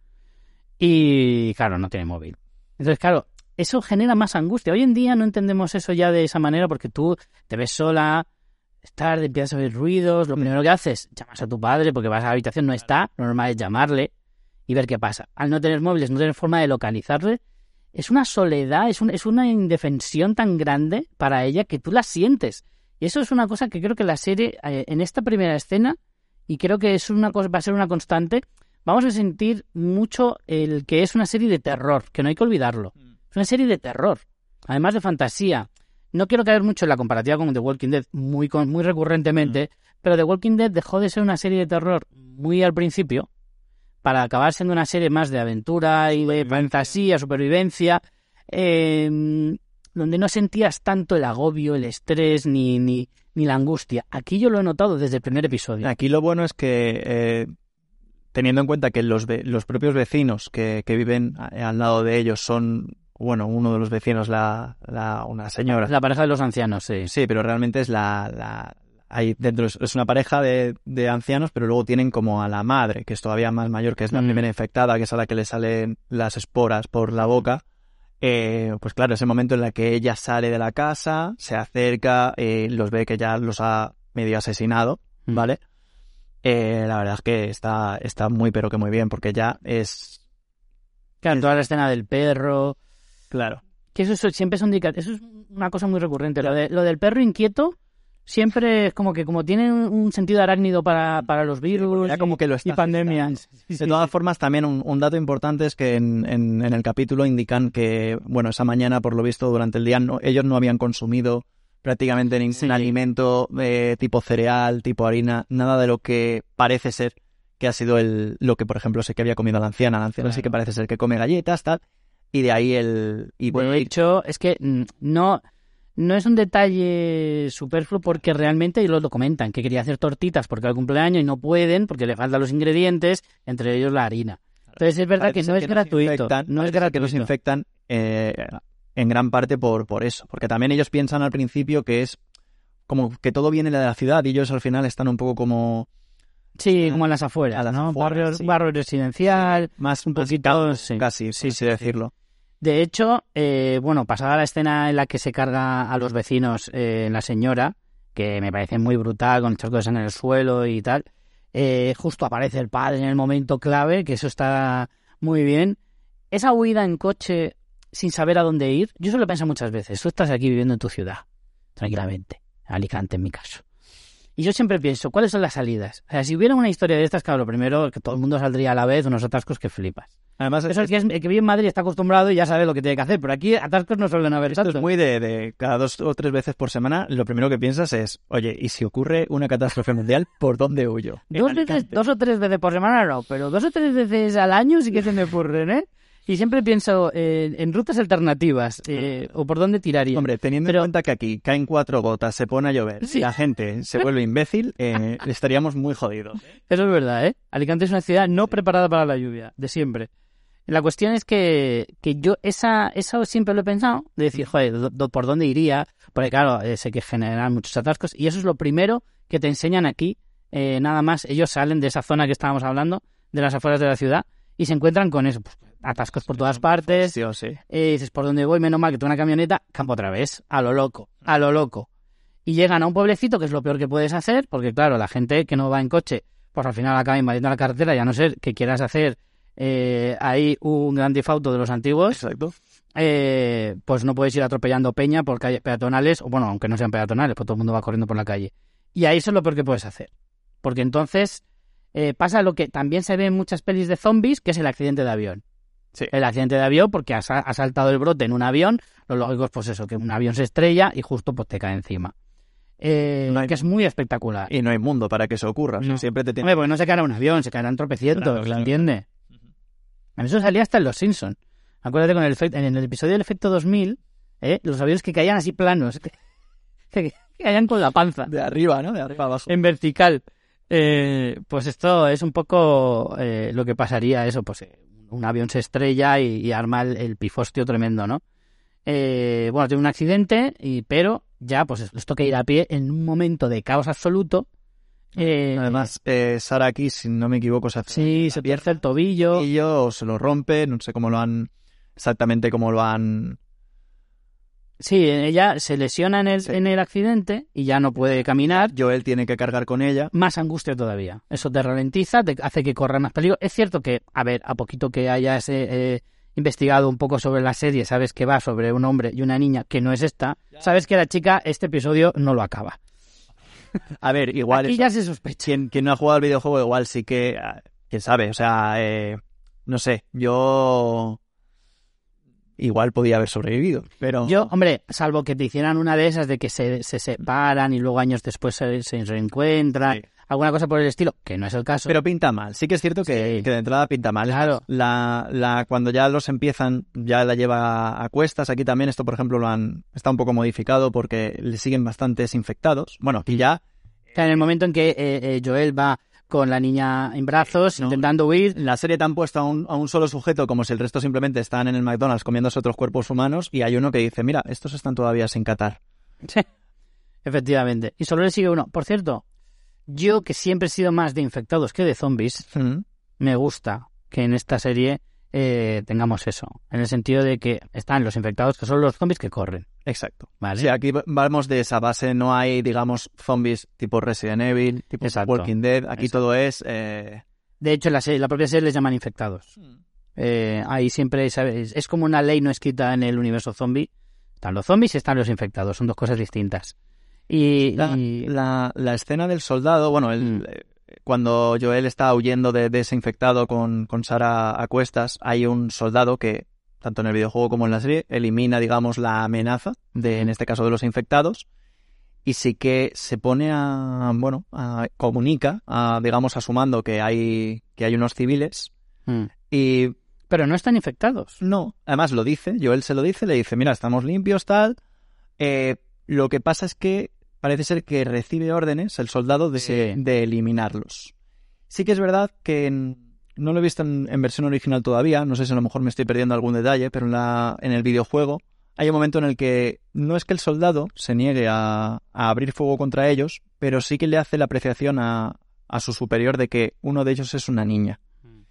Y claro, no tiene móvil. Entonces, claro, eso genera más angustia. Hoy en día no entendemos eso ya de esa manera porque tú te ves sola, es tarde, empiezas a oír ruidos, lo primero que haces, llamas a tu padre porque vas a la habitación, no está, lo normal es llamarle y ver qué pasa. Al no tener móviles, no tener forma de localizarle, es una soledad, es, un, es una indefensión tan grande para ella que tú la sientes. Y eso es una cosa que creo que la serie, eh, en esta primera escena, y creo que es una cosa, va a ser una constante, vamos a sentir mucho el que es una serie de terror, que no hay que olvidarlo. Es una serie de terror, además de fantasía. No quiero caer mucho en la comparativa con The Walking Dead muy muy recurrentemente, mm. pero The Walking Dead dejó de ser una serie de terror muy al principio para acabar siendo una serie más de aventura y de fantasía, supervivencia, eh, donde no sentías tanto el agobio, el estrés ni, ni, ni la angustia. Aquí yo lo he notado desde el primer episodio. Aquí lo bueno es que, eh, teniendo en cuenta que los, ve- los propios vecinos que, que viven a- al lado de ellos son... Bueno, uno de los vecinos, la, la una señora. La pareja de los ancianos, sí. Sí, pero realmente es la... la ahí dentro es, es una pareja de, de ancianos, pero luego tienen como a la madre, que es todavía más mayor, que es la mm. primera infectada, que es a la que le salen las esporas por la boca. Eh, pues claro, es el momento en el que ella sale de la casa, se acerca, eh, los ve que ya los ha medio asesinado, ¿vale? Eh, la verdad es que está, está muy pero que muy bien, porque ya es... Claro, toda la escena del perro... Claro. Que eso, eso siempre son eso es una cosa muy recurrente. Lo, de, lo del perro inquieto siempre es como que como tiene un sentido arácnido para, para los virus ya como que lo está y pandemias. Sí, sí, de todas sí. formas, también un, un dato importante es que en, en, en el capítulo indican que, bueno, esa mañana, por lo visto, durante el día, no, ellos no habían consumido prácticamente ningún sí. alimento eh, tipo cereal, tipo harina, nada de lo que parece ser que ha sido el lo que, por ejemplo, sé que había comido la anciana. La anciana claro. sí que parece ser que come galletas, tal... Y de ahí el... Y bueno, de hecho, es que no, no es un detalle superfluo porque realmente ellos lo comentan, que quería hacer tortitas porque era el cumpleaños y no pueden porque le faltan los ingredientes, entre ellos la harina. Entonces es verdad parece que no es que gratuito. Infectan, no es gratuito. Que los infectan eh, en gran parte por, por eso. Porque también ellos piensan al principio que es como que todo viene de la ciudad y ellos al final están un poco como... Sí, como en las afueras, las ¿no? afueras, barrio, sí. barrio residencial, sí. más un poquito... campo, sí. Casi, sí, sí decirlo. De hecho, eh, bueno, pasada la escena en la que se carga a los vecinos eh, la señora, que me parece muy brutal, con el charco de sangre en el suelo y tal, eh, justo aparece el padre en el momento clave, que eso está muy bien. Esa huida en coche sin saber a dónde ir, yo eso lo he pensado muchas veces. Tú estás aquí viviendo en tu ciudad, tranquilamente, Alicante en mi caso. Y yo siempre pienso, ¿cuáles son las salidas? O sea, si hubiera una historia de estas, claro, lo primero, que todo el mundo saldría a la vez, unos atascos que flipas. Además, eso es que, es, el que vive en Madrid está acostumbrado y ya sabe lo que tiene que hacer, pero aquí atascos no suelen haber esto tantos. Es muy de, de cada dos o tres veces por semana, lo primero que piensas es, oye, ¿y si ocurre una catástrofe mundial, por dónde huyo? Dos, veces, dos o tres veces por semana no, pero dos o tres veces al año sí que se me ocurren, ¿eh? Y siempre pienso eh, en rutas alternativas, eh, o por dónde tiraría. Hombre, teniendo Pero... en cuenta que aquí caen cuatro gotas, se pone a llover, sí. y la gente se vuelve imbécil, eh, estaríamos muy jodidos. Eso es verdad, ¿eh? Alicante es una ciudad no sí. preparada para la lluvia, de siempre. La cuestión es que, que yo esa, eso siempre lo he pensado, de decir, joder, do, do, ¿por dónde iría? Porque claro, eh, sé que generan muchos atascos, y eso es lo primero que te enseñan aquí, eh, nada más, ellos salen de esa zona que estábamos hablando, de las afueras de la ciudad, y se encuentran con eso, pues, atascos por todas partes. Sí, sí. Eh, dices, ¿por dónde voy? Menos mal que tengo una camioneta, campo otra vez, a lo loco, a lo loco. Y llegan a un pueblecito, que es lo peor que puedes hacer, porque claro, la gente que no va en coche, pues al final acaba invadiendo la carretera, y a no ser que quieras hacer eh, ahí un Grand Theft Auto de los antiguos. Exacto. Eh, pues no puedes ir atropellando peña por calles peatonales, o bueno, aunque no sean peatonales, pues todo el mundo va corriendo por la calle. Y ahí eso es lo peor que puedes hacer. Porque entonces eh, pasa lo que también se ve en muchas pelis de zombies, que es el accidente de avión. Sí. El accidente de avión, porque ha, ha saltado el brote en un avión, lo lógico es pues eso, que un avión se estrella y justo pues te cae encima. Eh, no hay... Que es muy espectacular. Y no hay mundo para que eso ocurra. No. Siempre te tiene... Hombre, pues no se caerá un avión, se caerán tropecientos, Claro, claro. ¿entiendes? Uh-huh. Eso salía hasta en Los Simpsons. Acuérdate con el efecto, en el episodio del efecto dos mil, ¿eh? Los aviones que caían así planos, que, que, que caían con la panza. De arriba, ¿no? De arriba abajo. En vertical. Eh, pues esto es un poco eh, lo que pasaría, eso, pues eh, un avión se estrella y, y arma el, el pifostio tremendo, ¿no? Eh, bueno, tiene un accidente, y pero ya, pues les toca ir a pie en un momento de caos absoluto. Eh, Además, eh, Sarah aquí, si no me equivoco, se hace sí, se pierde el tobillo. Y yo se lo rompe, no sé cómo lo han... Exactamente cómo lo han... Sí, ella se lesiona en el, sí. en el accidente y ya no puede caminar. Joel tiene que cargar con ella. Más angustia todavía. Eso te ralentiza, te hace que corra más peligro. Es cierto que, a ver, a poquito que hayas eh, investigado un poco sobre la serie, sabes que va sobre un hombre y una niña, que no es esta, sabes que la chica este episodio no lo acaba. A ver, igual... Aquí eso, ya se sospecha. Quien, quien no ha jugado al videojuego igual sí que... Quién sabe, o sea, eh, no sé, yo... Igual podía haber sobrevivido, pero... Yo, hombre, salvo que te hicieran una de esas de que se, se separan y luego años después se, se reencuentran, sí. alguna cosa por el estilo, que no es el caso. Pero pinta mal, sí que es cierto que, sí. que de entrada pinta mal. Claro. La, la, cuando ya los empiezan, ya la lleva a cuestas. Aquí también esto, por ejemplo, lo han está un poco modificado porque le siguen bastantes infectados. Bueno, aquí ya... En el momento en que eh, eh, Joel va... con la niña en brazos, no, intentando huir. En la serie te han puesto a un, a un solo sujeto como si el resto simplemente están en el McDonald's comiéndose otros cuerpos humanos, y hay uno que dice, mira, estos están todavía sin catar. Sí, efectivamente. Y solo le sigue uno. Por cierto, yo que siempre he sido más de infectados que de zombies, ¿Mm? me gusta que en esta serie eh, tengamos eso. En el sentido de que están los infectados, que son los zombies que corren. Exacto. ¿Vale? Sí, aquí vamos de esa base, no hay, digamos, zombies tipo Resident Evil, tipo Exacto. Walking Dead, aquí Exacto. todo es... Eh... De hecho, la, serie, la propia serie les llaman infectados. Mm. Eh, ahí siempre, ¿sabes? Es como una ley no escrita en el universo zombie. Están los zombies y están los infectados, son dos cosas distintas. Y La, y... la, la escena del soldado, bueno, el, mm. eh, cuando Joel está huyendo de, de ese infectado con, con Sarah a cuestas, hay un soldado que... tanto en el videojuego como en la serie, elimina, digamos, la amenaza, de, en este caso de los infectados, y sí que se pone a, bueno, a, comunica, a, digamos, a su mando que hay, que hay unos civiles, mm. y... Pero no están infectados. No, además lo dice, Joel se lo dice, le dice, mira, estamos limpios, tal, eh, lo que pasa es que parece ser que recibe órdenes el soldado de, sí. de eliminarlos. Sí que es verdad que... En, no lo he visto en, en versión original todavía, no sé si a lo mejor me estoy perdiendo algún detalle, pero en, la, en el videojuego hay un momento en el que no es que el soldado se niegue a, a abrir fuego contra ellos, pero sí que le hace la apreciación a, a su superior de que uno de ellos es una niña. Mm.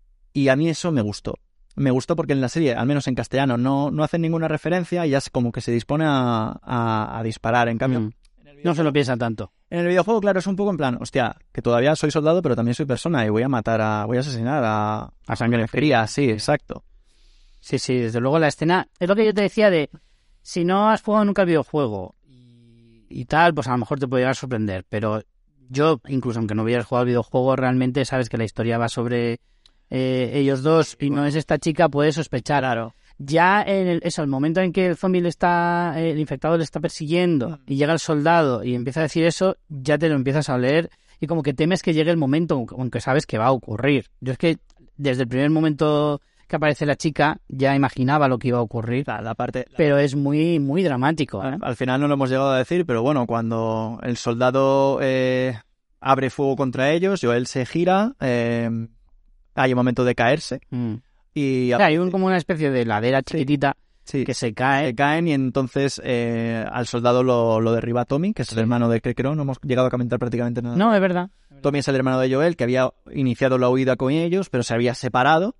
Y a mí eso me gustó. Me gustó porque en la serie, al menos en castellano, no, no hacen ninguna referencia y ya es como que se dispone a, a, a disparar. En cambio, mm. no se lo piensan tanto. En el videojuego, claro, es un poco en plan, hostia, que todavía soy soldado, pero también soy persona y voy a matar a... voy a asesinar a... a sangre fría, sí, exacto. Sí, sí, desde luego la escena... Es lo que yo te decía de... Si no has jugado nunca el videojuego y, y tal, pues a lo mejor te puede llegar a sorprender. Pero yo, incluso aunque no hubieras jugado el videojuego, realmente sabes que la historia va sobre eh, ellos dos y no es esta chica, puedes sospechar. Claro. Ya en el, eso, el momento en que el zombie le está, eh, el infectado le está persiguiendo y llega el soldado y empieza a decir eso, ya te lo empiezas a oler y como que temes que llegue el momento, aunque sabes que va a ocurrir. Yo es que desde el primer momento que aparece la chica ya imaginaba lo que iba a ocurrir, la, la parte, la... pero es muy muy dramático. ¿eh? Al final no lo hemos llegado a decir, pero bueno, cuando el soldado eh, abre fuego contra ellos, Joel se gira, eh, hay un momento de caerse. Mm. Y o sea, hay un, como una especie de ladera chiquitita sí, sí. que se cae. Se caen y entonces eh, al soldado lo, lo derriba Tommy, que es el hermano de Creo. No hemos llegado a comentar prácticamente nada. No, es verdad. Tommy es el hermano de Joel, que había iniciado la huida con ellos, pero se había separado.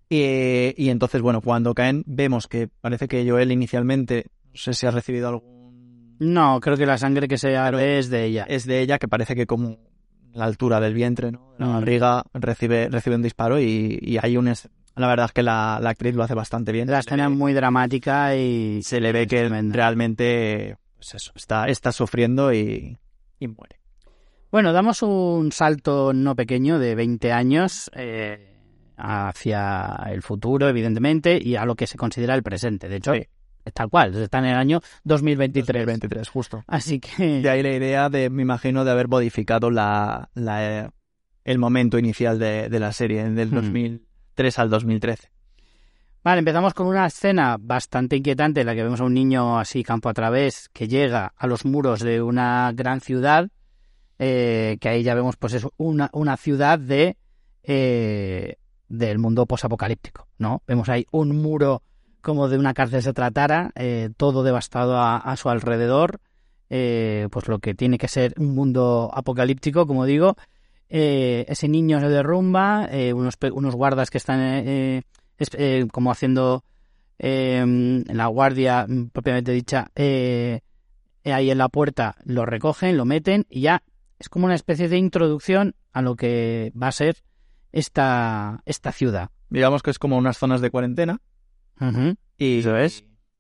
Y, y entonces, bueno, cuando caen, vemos que parece que Joel inicialmente, no sé si ha recibido algún... No, creo que la sangre que se ve es de ella. Es de ella, que parece que como la altura del vientre, ¿no? La Mm. barriga recibe, recibe un disparo y, y hay un... es- La verdad es que la, la actriz lo hace bastante bien. La Se escena le es ve- muy dramática y se le ve es que tremenda. realmente, pues eso, está, está sufriendo y, y muere. Bueno, damos un salto no pequeño de veinte años eh, hacia el futuro, evidentemente, y a lo que se considera el presente. De hecho, Sí. es tal cual, está en el año dos mil veintitrés. dos mil veintitrés, justo. Así que... De ahí la idea de, me imagino, de haber modificado la, la, eh, el momento inicial de, de la serie, del Hmm. dos mil tres al dos mil trece. Vale, empezamos con una escena bastante inquietante en la que vemos a un niño así campo a través que llega a los muros de una gran ciudad, eh, que ahí ya vemos pues es una, una ciudad de eh, del mundo posapocalíptico, ¿no? Vemos ahí un muro como de una cárcel se tratara, eh, todo devastado a, a su alrededor, eh, pues lo que tiene que ser un mundo apocalíptico, como digo. Eh, ese niño se derrumba, eh, unos, pe- unos guardas que están eh, es, eh, como haciendo eh, en la guardia mm, propiamente dicha, eh, ahí en la puerta lo recogen, lo meten y ya es como una especie de introducción a lo que va a ser esta, esta ciudad. Digamos que es como unas zonas de cuarentena. Uh-huh. Y, Eso es.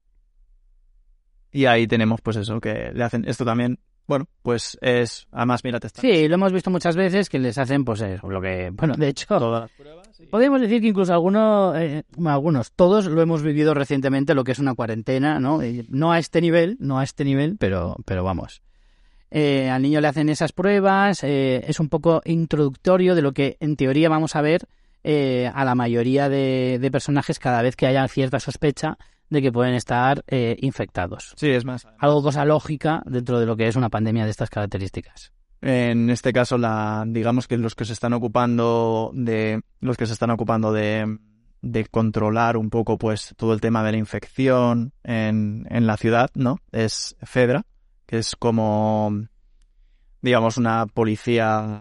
Y ahí tenemos, pues eso, que le hacen esto también. Bueno, pues es... Además, mira, te está... Sí, lo hemos visto muchas veces que les hacen, pues eso, lo que... Bueno, de hecho, Todas las pruebas. Sí. podemos decir que incluso algunos, eh, bueno, algunos, todos lo hemos vivido recientemente, lo que es una cuarentena, ¿no? Y no a este nivel, no a este nivel, pero, pero vamos. Eh, al niño le hacen esas pruebas, eh, es un poco introductorio de lo que en teoría vamos a ver eh, a la mayoría de, de personajes cada vez que haya cierta sospecha de que pueden estar eh, infectados. Sí, es más. Algo cosa lógica dentro de lo que es una pandemia de estas características. En este caso, la, digamos que los que se están ocupando de, los que se están ocupando de, de controlar un poco, pues, todo el tema de la infección en, en la ciudad, ¿no? Es Fedra, que es como, digamos, una policía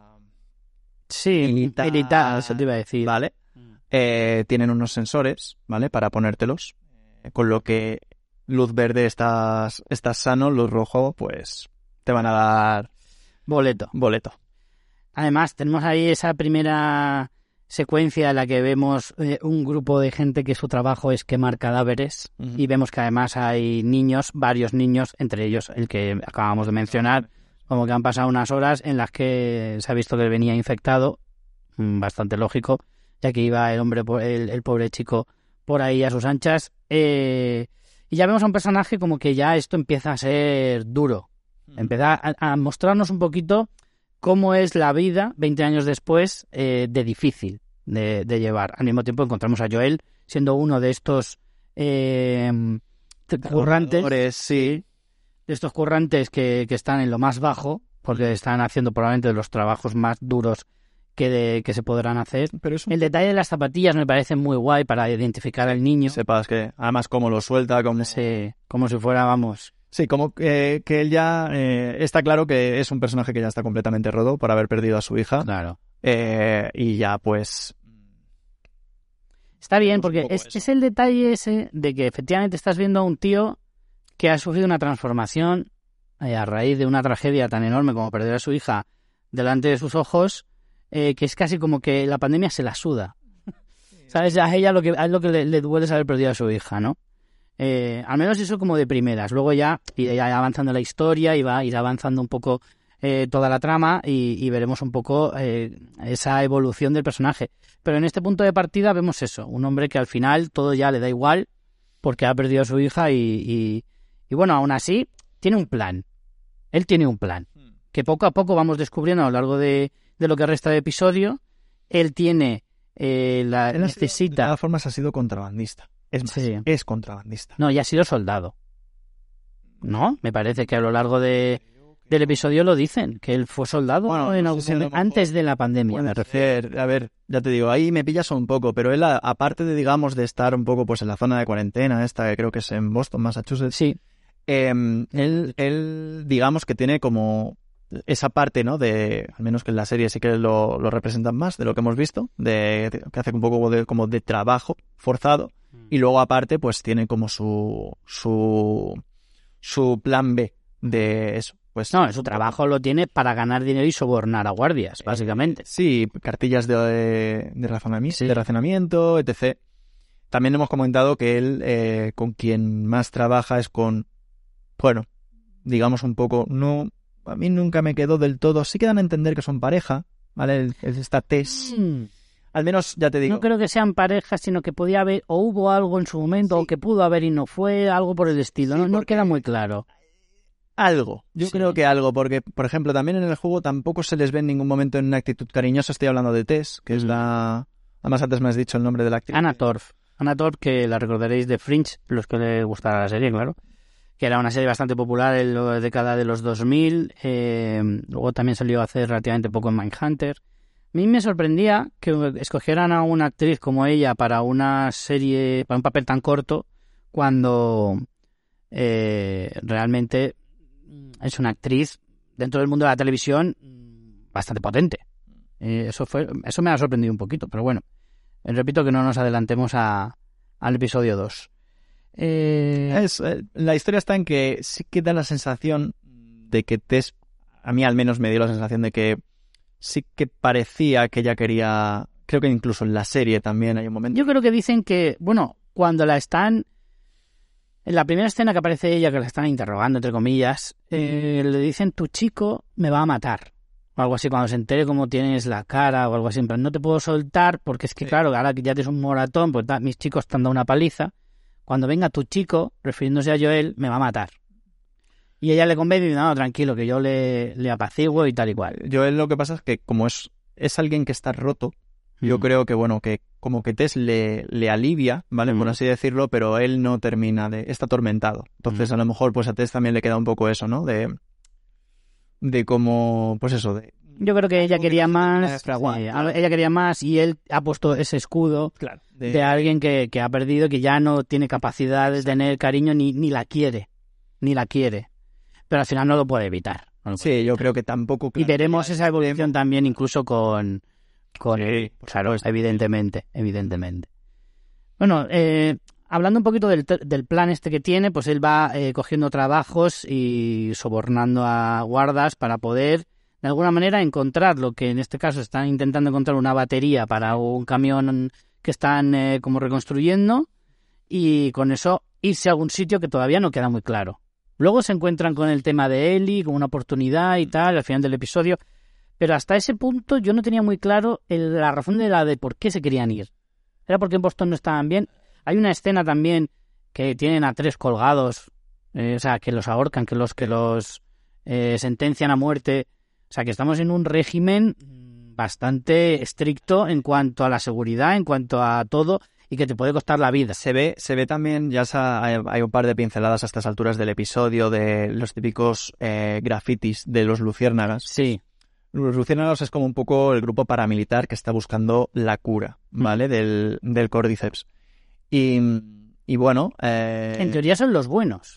Sí, militar, militar, eso te iba a decir. ¿vale? Eh, tienen unos sensores, ¿vale? Para ponértelos, eh, con lo que luz verde estás, estás sano, luz rojo, pues, te van a dar Boleto. boleto. Además, tenemos ahí esa primera secuencia en la que vemos eh, un grupo de gente que su trabajo es quemar cadáveres. Ujú. Y vemos que además hay niños, varios niños, entre ellos el que acabamos de mencionar, como que han pasado unas horas en las que se ha visto que venía infectado, mm, bastante lógico, ya que iba el hombre, po- el, el pobre chico por ahí a sus anchas. Eh, y ya vemos a un personaje como que ya esto empieza a ser duro. Empieza a, a mostrarnos un poquito cómo es la vida veinte años después eh, de difícil de, de llevar. Al mismo tiempo encontramos a Joel siendo uno de estos eh, currantes, Trabajadores, sí. de estos currantes que, que están en lo más bajo, porque están haciendo probablemente los trabajos más duros que, de, que se podrán hacer. Pero es un... El detalle de las zapatillas me parece muy guay para identificar al niño. Sepas que, además, cómo lo suelta, como... Sí, como si fuera, vamos... Sí, como que, que él ya... Eh, está claro que es un personaje que ya está completamente roto por haber perdido a su hija. Claro. Eh, y ya, pues... Está bien, Pues un porque poco es, eso. es el detalle ese de que efectivamente estás viendo a un tío que ha sufrido una transformación eh, a raíz de una tragedia tan enorme como perder a su hija delante de sus ojos, eh, que es casi como que la pandemia se la suda. ¿Sabes? A ella lo que, a él lo que le, le duele es haber perdido a su hija, ¿no? Eh, al menos eso como de primeras. Luego ya irá avanzando la historia y va a ir avanzando un poco eh, toda la trama y, y veremos un poco eh, esa evolución del personaje. Pero en este punto de partida vemos eso, un hombre que al final todo ya le da igual porque ha perdido a su hija y, y, y bueno, aún así tiene un plan. Él tiene un plan que poco a poco vamos descubriendo a lo largo de, de lo que resta de episodio. Él tiene eh, la Él ha sido- de necesita... todas formas ha sido contrabandista. Es más, Sí. es contrabandista. No, ya ha sido soldado. ¿No? Me parece que a lo largo de, del episodio lo dicen, que él fue soldado Bueno, en no algún sé si a lo momento, mejor antes de la pandemia, Puede me refiero. ser, a ver, ya te digo, ahí me pillas un poco, pero él, a- aparte de, digamos, de estar un poco pues en la zona de cuarentena, esta que creo que es en Boston, Massachusetts, Sí, eh, él, él, digamos que tiene como esa parte, ¿no? De, al menos que en la serie sí que lo, lo representan más de lo que hemos visto, de, de que hace un poco de, como de trabajo forzado, mm. y luego aparte pues tiene como su su su plan B de eso. Pues no, su trabajo lo tiene para ganar dinero y sobornar a guardias, básicamente. Eh, sí, cartillas de, de, razonamiento, sí. de razonamiento, etcétera. También hemos comentado que él eh, con quien más trabaja es con, bueno, digamos un poco, no, a mí nunca me quedó del todo, sí que dan a entender que son pareja, ¿vale? Es esta Tess. Mm. Al menos, ya te digo. No creo que sean parejas, sino que podía haber, o hubo algo en su momento, sí. o que pudo haber y no fue, algo por el estilo, sí, no, no queda muy claro. Algo, yo sí. creo que algo, porque, por ejemplo, también en el juego tampoco se les ve en ningún momento en una actitud cariñosa. Estoy hablando de Tess, que mm. es la... Además, antes me has dicho el nombre de la actriz. Anna Torv. Anna Torv, que la recordaréis de Fringe, los que les gustara la serie, claro. Que era una serie bastante popular en la década de los dos mil. Eh, luego también salió a hacer relativamente poco en Mindhunter. A mí me sorprendía que escogieran a una actriz como ella para una serie, para un papel tan corto, cuando eh, realmente es una actriz dentro del mundo de la televisión bastante potente. Eh, eso fue, eso me ha sorprendido un poquito, pero bueno, eh, repito que no nos adelantemos a, al episodio dos. Eh... Es, eh, la historia está en que sí que da la sensación de que Tess, a mí al menos me dio la sensación de que sí que parecía que ella quería, creo que incluso en la serie también hay un momento. Yo creo que dicen que, bueno, cuando la están, en la primera escena que aparece ella, que la están interrogando, entre comillas, eh, le dicen, tu chico me va a matar. O algo así, cuando se entere cómo tienes la cara o algo así, en plan, no te puedo soltar porque es que, sí. claro, ahora que ya tienes un moratón, pues ta, mis chicos te han dado una paliza. Cuando venga tu chico, refiriéndose a Joel, me va a matar. Y ella le convence y dice, no, tranquilo, que yo le, le apaciguo y tal y cual. Joel lo que pasa es que como es, es alguien que está roto, mm. yo creo que, bueno, que como que Tess le, le alivia, ¿vale? Mm. Por así decirlo, pero él no termina de... está atormentado. Entonces, mm. a lo mejor, pues a Tess también le queda un poco eso, ¿no? De... de como... pues eso, de... Yo creo que ella quería más, sí, claro. ella quería más y él ha puesto ese escudo claro, de... de alguien que, que ha perdido, que ya no tiene capacidad de tener cariño ni, ni la quiere, ni la quiere. Pero al final no lo puede evitar. No lo puede sí, evitar. Yo creo que tampoco... Claro, y veremos esa evolución también incluso con... con sí, claro, evidentemente, evidentemente. Bueno, eh, hablando un poquito del, del plan este que tiene, pues él va eh, cogiendo trabajos y sobornando a guardas para poder, de alguna manera, encontrar lo que en este caso están intentando encontrar una batería para un camión que están eh, como reconstruyendo y con eso irse a algún sitio que todavía no queda muy claro. Luego se encuentran con el tema de Ellie, con una oportunidad y tal, al final del episodio. Pero hasta ese punto yo no tenía muy claro el, la razón de la de por qué se querían ir. ¿Era porque en Boston no estaban bien? Hay una escena también que tienen a tres colgados, eh, o sea, que los ahorcan, que los que los eh, sentencian a muerte. O sea, que estamos en un régimen bastante estricto en cuanto a la seguridad, en cuanto a todo, y que te puede costar la vida. Se ve, se ve también, ya hay, hay un par de pinceladas a estas alturas del episodio de los típicos eh, grafitis de los luciérnagas. Sí. Los luciérnagas es como un poco el grupo paramilitar que está buscando la cura, ¿vale? Mm. Del, del Cordyceps. Y, y bueno... Eh... En teoría son los buenos.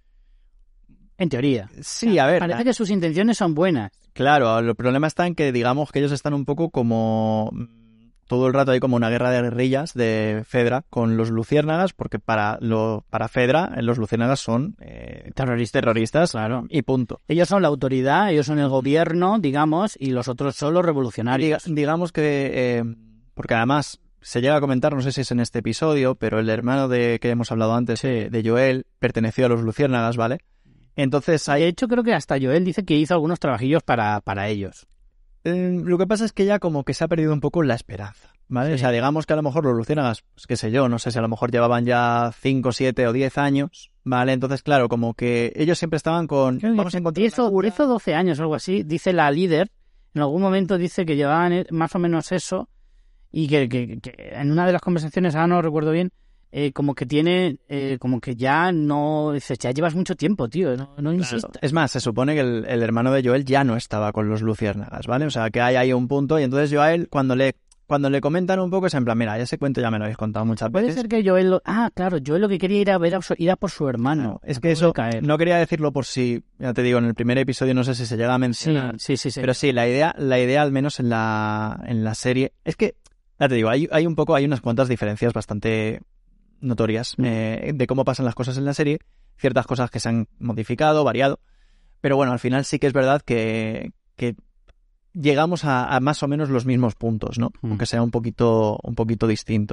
En teoría. Sí, a ver... Parece que sus intenciones son buenas. Claro, el problema está en que digamos que ellos están un poco como... todo el rato hay como una guerra de guerrillas de Fedra con los luciérnagas, porque para lo para Fedra los luciérnagas son eh, terroristas, terroristas claro. Y punto. Ellos son la autoridad, ellos son el gobierno, digamos, y los otros son los revolucionarios. Diga, digamos que, eh, porque además se llega a comentar, no sé si es en este episodio, pero el hermano de que hemos hablado antes, sí. de Joel, perteneció a los luciérnagas, ¿vale? Entonces hay... De hecho, creo que hasta Joel dice que hizo algunos trabajillos para, para ellos. Eh, lo que pasa es que ya como que se ha perdido un poco la esperanza, ¿vale? Sí. O sea, digamos que a lo mejor los luciérnagas, pues qué sé yo, no sé si a lo mejor llevaban ya cinco, siete o diez años, ¿vale? Entonces, claro, como que ellos siempre estaban con... Vamos a encontrar diez o doce años o algo así, dice la líder, en algún momento dice que llevaban más o menos eso, y que, que, que en una de las conversaciones, ahora no recuerdo bien, eh, como que tiene, eh, como que ya no, dice, ya llevas mucho tiempo, tío, no, no insistas. Claro. Es más, se supone que el, el hermano de Joel ya no estaba con los luciérnagas, ¿vale? O sea, que hay ahí un punto, y entonces Joel, cuando le, cuando le comentan un poco es en plan, mira, ese cuento ya me lo habéis contado muchas Puede veces. ser que Joel... Lo... Ah, claro, Joel lo que quería ir a ver a su... ir a por su hermano. No, es que eso, no quería decirlo por si, ya te digo, en el primer episodio no sé si se llega a mencionar. Sí, sí, sí, sí. Pero sí, la idea, la idea al menos en la, en la serie, es que, ya te digo, hay, hay un poco, hay unas cuantas diferencias bastante notorias mm. eh, de cómo pasan las cosas en la serie, ciertas cosas que se han modificado, variado, pero bueno, al final sí que es verdad que, que llegamos a, a más o menos los mismos puntos, ¿no? Mm. Aunque sea un poquito, un poquito distinto.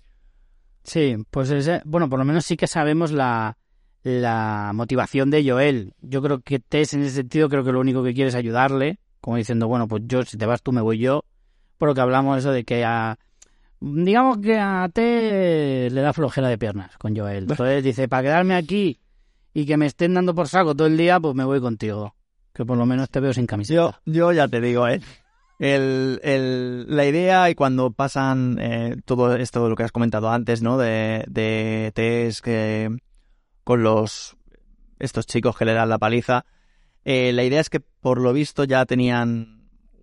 Sí, pues ese, bueno, por lo menos sí que sabemos la, la motivación de Joel. Yo creo que Tess en ese sentido creo que lo único que quiere es ayudarle, como diciendo, bueno, pues yo, si te vas tú, me voy yo, por lo que hablamos eso de que a... Digamos que a T le da flojera de piernas con Joel. Entonces dice, para quedarme aquí y que me estén dando por saco todo el día, pues me voy contigo. Que por lo menos te veo sin camiseta. Yo, yo ya te digo, ¿eh? El, el, la idea y cuando pasan eh, todo esto, lo que has comentado antes, ¿no? De, de Tess que con los estos chicos que le dan la paliza, eh, la idea es que por lo visto ya tenían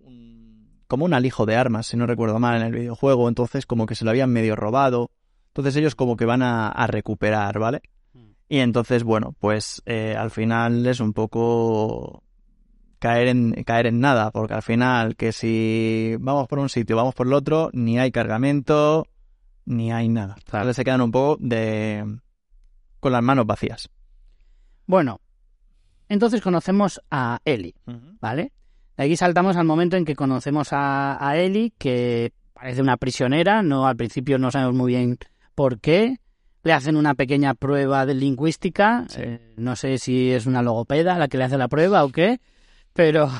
como un alijo de armas, si no recuerdo mal, en el videojuego, entonces como que se lo habían medio robado, entonces ellos como que van a, a recuperar, ¿vale? Mm. Y entonces, bueno, pues eh, al final es un poco caer en, caer en nada, porque al final que si vamos por un sitio, vamos por el otro, ni hay cargamento, ni hay nada. Claro. Entonces se quedan un poco de con las manos vacías. Bueno, entonces conocemos a Ellie, uh-huh. ¿vale? De aquí saltamos al momento en que conocemos a, a Ellie, que parece una prisionera, no al principio no sabemos muy bien por qué. Le hacen una pequeña prueba de lingüística, sí. eh, no sé si es una logopeda la que le hace la prueba o qué, pero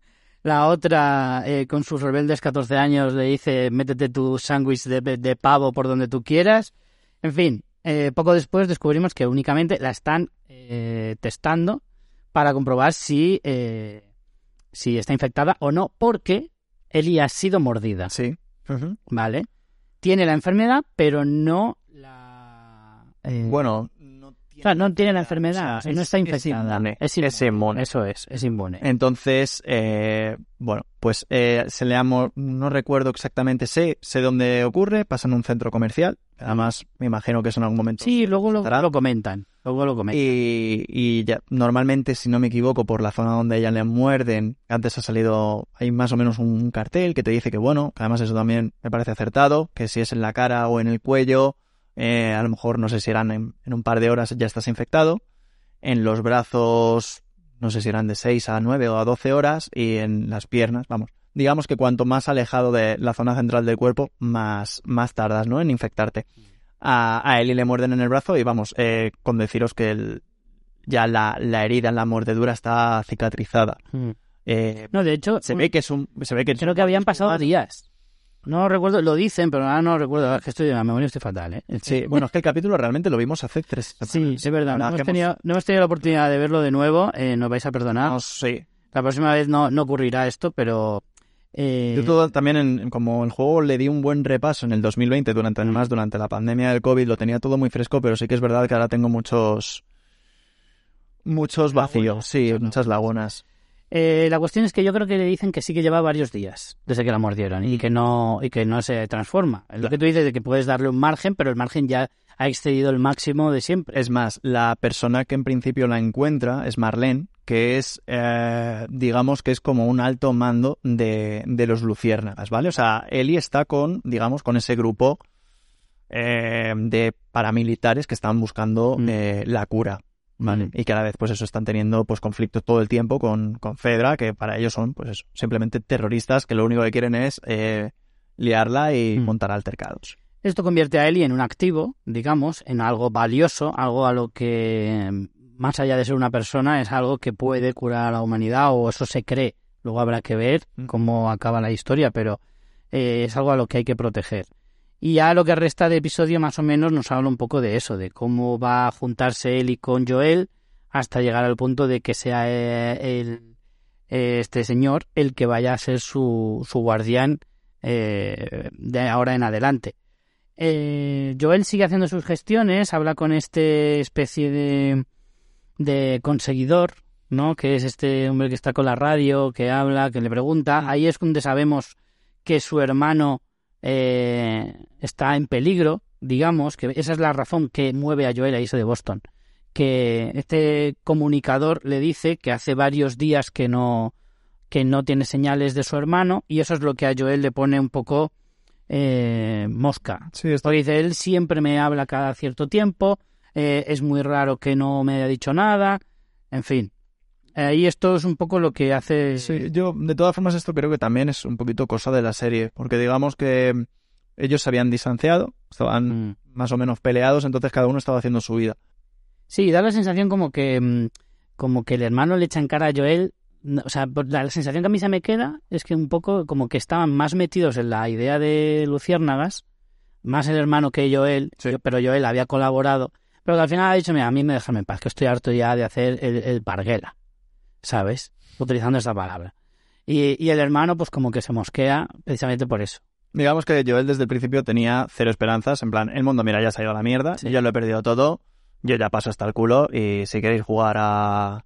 la otra eh, con sus rebeldes catorce años le dice métete tu sándwich de, de pavo por donde tú quieras. En fin, eh, poco después descubrimos que únicamente la están eh, testando para comprobar si... Eh, si está infectada o no, porque Ellie ha sido mordida. Sí. Uh-huh. ¿Vale? Tiene la enfermedad, pero no la... Eh... Bueno, no tiene, o sea, no tiene la enfermedad, o sea, es, no está infectada. Es inmune. Es inmune. Es inmune. Eso es, es inmune. Entonces, eh, bueno, pues eh, se le amo, no recuerdo exactamente, sé, sé dónde ocurre, pasa en un centro comercial, además me imagino que eso en algún momento... Sí, luego lo, lo comentan. Luego lo comentan. Y, y ya, normalmente, si no me equivoco, por la zona donde ella le muerden, antes ha salido, hay más o menos un cartel que te dice que bueno, que además eso también me parece acertado, que si es en la cara o en el cuello, eh, a lo mejor no sé si eran en, en un par de horas ya estás infectado, en los brazos no sé si eran de seis a nueve o a doce horas y en las piernas, vamos, digamos que cuanto más alejado de la zona central del cuerpo, más, más tardas, ¿no?, en infectarte. A, a Ellie le muerden en el brazo y vamos, eh, con deciros que el, ya la, la herida en la mordedura está cicatrizada. Mm. Eh, no, de hecho, se ve que es un, se ve que creo que habían pasado más. días. No recuerdo, lo dicen, pero ahora no recuerdo, es que estoy de la memoria estoy fatal, ¿eh? Sí, bueno, es que el capítulo realmente lo vimos hace tres semanas. Sí, es verdad, no hemos, tenido, no hemos tenido la oportunidad de verlo de nuevo, eh, nos vais a perdonar. No, sí. La próxima vez no, no ocurrirá esto, pero... Eh... Yo todo también, en, como el juego le di un buen repaso en el dos mil veinte, durante además durante la pandemia del COVID, lo tenía todo muy fresco, pero sí que es verdad que ahora tengo muchos muchos vacíos, lagunas, sí, muchas, muchas lagunas. Eh, la cuestión es que yo creo que le dicen que sí que lleva varios días desde que la mordieron y que no y que no se transforma. Es lo que tú dices de que puedes darle un margen, pero el margen ya ha excedido el máximo de siempre. Es más, la persona que en principio la encuentra es Marlene, que es, eh, digamos que es como un alto mando de, de los luciérnagas, ¿vale? O sea, Ellie está con, digamos, con ese grupo eh, de paramilitares que están buscando mm. eh, la cura. Vale. Y que a la vez pues eso están teniendo pues conflictos todo el tiempo con, con Fedra, que para ellos son pues eso, simplemente terroristas que lo único que quieren es eh, liarla y mm. montar altercados. Esto convierte a Ellie en un activo, digamos, en algo valioso, algo a lo que más allá de ser una persona es algo que puede curar a la humanidad, o eso se cree. Luego habrá que ver mm. cómo acaba la historia, pero eh, es algo a lo que hay que proteger. Y ya lo que resta de episodio más o menos nos habla un poco de eso, de cómo va a juntarse Ellie con Joel hasta llegar al punto de que sea el, este señor el que vaya a ser su, su guardián eh, de ahora en adelante. Eh, Joel sigue haciendo sus gestiones, habla con este especie de, de conseguidor, ¿no?, que es este hombre que está con la radio, que habla, que le pregunta. Ahí es donde sabemos que su hermano eh, está en peligro, digamos, que esa es la razón que mueve a Joel a irse de Boston. Que este comunicador le dice que hace varios días que no, que no tiene señales de su hermano, y eso es lo que a Joel le pone un poco eh, mosca. Sí, está... Porque dice, él siempre me habla cada cierto tiempo, eh, es muy raro que no me haya dicho nada, en fin. Ahí esto es un poco lo que hace... Sí, yo de todas formas esto creo que también es un poquito cosa de la serie, porque digamos que ellos se habían distanciado, estaban mm. más o menos peleados, entonces cada uno estaba haciendo su vida. Sí, da la sensación como que como que el hermano le echa en cara a Joel, o sea, la sensación que a mí se me queda es que un poco como que estaban más metidos en la idea de Luciérnagas, más el hermano que Joel, sí. pero Joel había colaborado, pero que al final ha dicho, mira, a mí me dejan en paz, que estoy harto ya de hacer el, el parguela, ¿sabes? Utilizando esta palabra. Y, y el hermano pues como que se mosquea precisamente por eso. Digamos que Joel desde el principio tenía cero esperanzas, en plan, el mundo, mira, ya se ha ido a la mierda, sí. yo lo he perdido todo, yo ya paso hasta el culo y si queréis jugar a,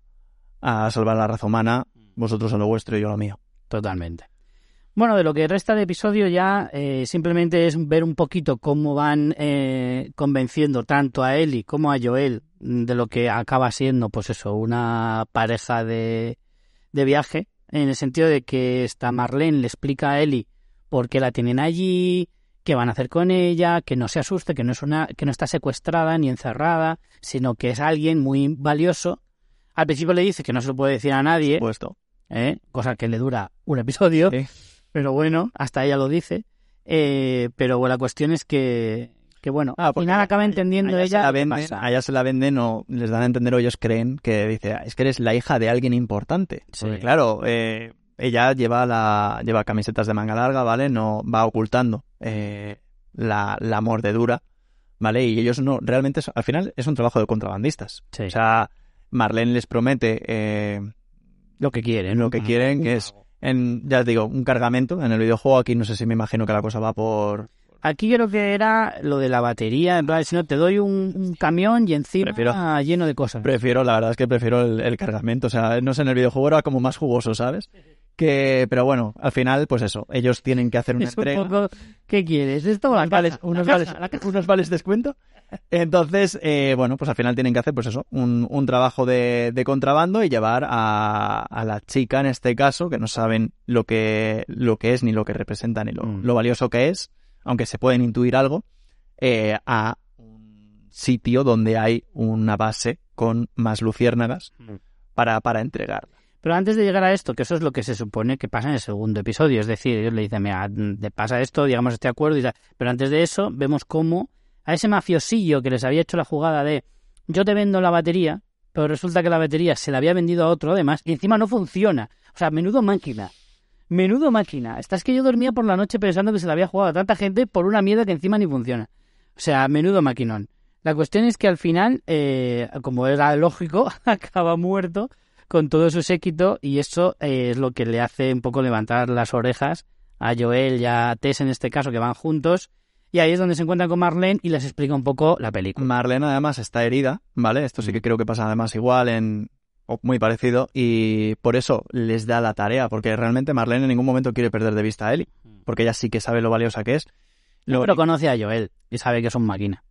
a salvar la raza humana, vosotros en lo vuestro y yo lo mío. Totalmente. Bueno, de lo que resta de episodio ya eh, simplemente es ver un poquito cómo van eh, convenciendo tanto a Ellie como a Joel de lo que acaba siendo, pues eso, una pareja de, de viaje, en el sentido de que esta Marlene le explica a Ellie por qué la tienen allí, qué van a hacer con ella, que no se asuste, que no es una, que no está secuestrada ni encerrada, sino que es alguien muy valioso. Al principio le dice que no se lo puede decir a nadie, Por supuesto. ¿eh? Cosa que le dura un episodio, sí. pero bueno, hasta ella lo dice. Eh, pero bueno, la cuestión es que, que bueno, ah, al final acaba entendiendo allá ella. Se la venden, a ella se la venden o les dan a entender o ellos creen que dice, es que eres la hija de alguien importante. Sí. Porque claro, eh, ella lleva la lleva camisetas de manga larga, ¿vale? No va ocultando eh, la, la mordedura, ¿vale? Y ellos no, realmente, al final es un trabajo de contrabandistas. Sí. O sea, Marlene les promete eh, lo que quieren, lo que quieren, que es, en, ya os digo, un cargamento. En el videojuego aquí no sé si me imagino que la cosa va por... Aquí creo que era lo de la batería, en plan, si no te doy un, un camión y encima prefiero, lleno de cosas. Prefiero, la verdad es que prefiero el, el cargamento, o sea, no sé, en el videojuego era como más jugoso, ¿sabes? Que, pero bueno, al final, pues eso, ellos tienen que hacer una es entrega. Un poco, ¿qué quieres? ¿Esto o la vales, casa? unos, la vales, casa, la unos vales descuento. Entonces, eh, bueno, pues al final tienen que hacer, pues eso, un, un trabajo de, de contrabando y llevar a, a la chica, en este caso, que no saben lo que, lo que es, ni lo que representa, ni lo, mm. lo valioso que es, aunque se pueden intuir algo, eh, a un sitio donde hay una base con más luciérnagas mm. para, para entregarla. Pero antes de llegar a esto, que eso es lo que se supone que pasa en el segundo episodio, es decir, ellos le dicen, mira, te pasa esto, digamos este acuerdo, y tal. Pero antes de eso, vemos cómo a ese mafiosillo que les había hecho la jugada de yo te vendo la batería, pero resulta que la batería se la había vendido a otro además, y encima no funciona. O sea, menudo máquina. Menudo máquina. Estás que yo dormía por la noche pensando que se la había jugado a tanta gente por una mierda que encima ni funciona. O sea, menudo maquinón. La cuestión es que al final, eh, como era lógico, acaba muerto con todo su séquito, y eso eh, es lo que le hace un poco levantar las orejas a Joel y a Tess en este caso, que van juntos, y ahí es donde se encuentran con Marlene y les explica un poco la película. Marlene además está herida, ¿vale? Esto sí que creo que pasa además igual, en o muy parecido, y por eso les da la tarea, porque realmente Marlene en ningún momento quiere perder de vista a Ellie, porque ella sí que sabe lo valiosa que es. Lo... Pero conoce a Joel y sabe que es un máquina.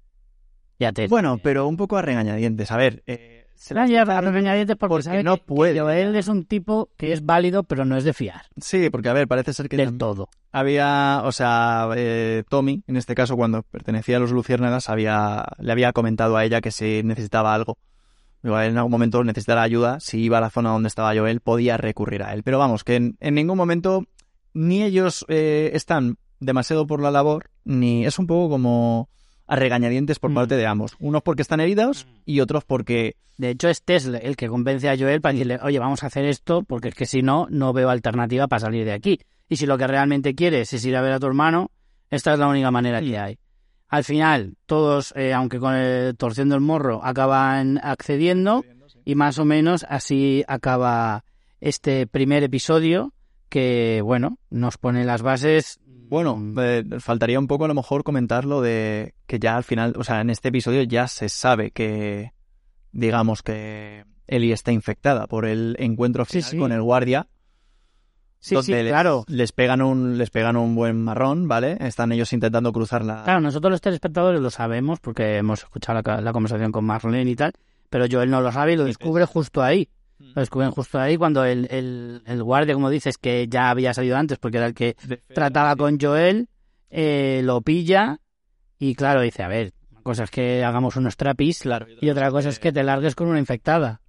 Y a Tess. Bueno, pero un poco a regañadientes, a ver... Eh... Se la lleva a regañadientes porque, porque sabe no que, puede. que Joel es un tipo que es válido, pero no es de fiar. Sí, porque a ver, parece ser que... Del todo. Había, o sea, eh, Tommy, en este caso, cuando pertenecía a los Luciérnagas, había, le había comentado a ella que si necesitaba algo, igual en algún momento necesitara ayuda, si iba a la zona donde estaba Joel, podía recurrir a él. Pero vamos, que en, en ningún momento ni ellos eh, están demasiado por la labor, ni es un poco como... a regañadientes por mm. parte de ambos. Unos porque están heridos y otros porque... De hecho, es Tesla el que convence a Joel para decirle, oye, vamos a hacer esto porque es que si no, no veo alternativa para salir de aquí. Y si lo que realmente quieres es ir a ver a tu hermano, esta es la única manera mm. que hay. Al final, todos, eh, aunque con el torciendo el morro, acaban accediendo y más o menos así acaba este primer episodio que, bueno, nos pone las bases... Bueno, eh, faltaría un poco a lo mejor comentar lo de que ya al final, o sea, en este episodio ya se sabe que, digamos que Ellie está infectada por el encuentro final sí, sí. con el guardia. Sí, donde sí, les, claro. les pegan un les pegan un buen marrón, ¿vale? Están ellos intentando cruzar la... Claro, nosotros los telespectadores lo sabemos porque hemos escuchado la, la conversación con Marlene y tal, pero Joel no lo sabe y lo descubre justo ahí. Lo descubren justo ahí cuando el, el, el guardia, como dices, que ya había salido antes porque era el que trataba con Joel, eh, lo pilla y claro, dice, a ver, una cosa es que hagamos unos trapis claro, y otra cosa es que te largues con una infectada.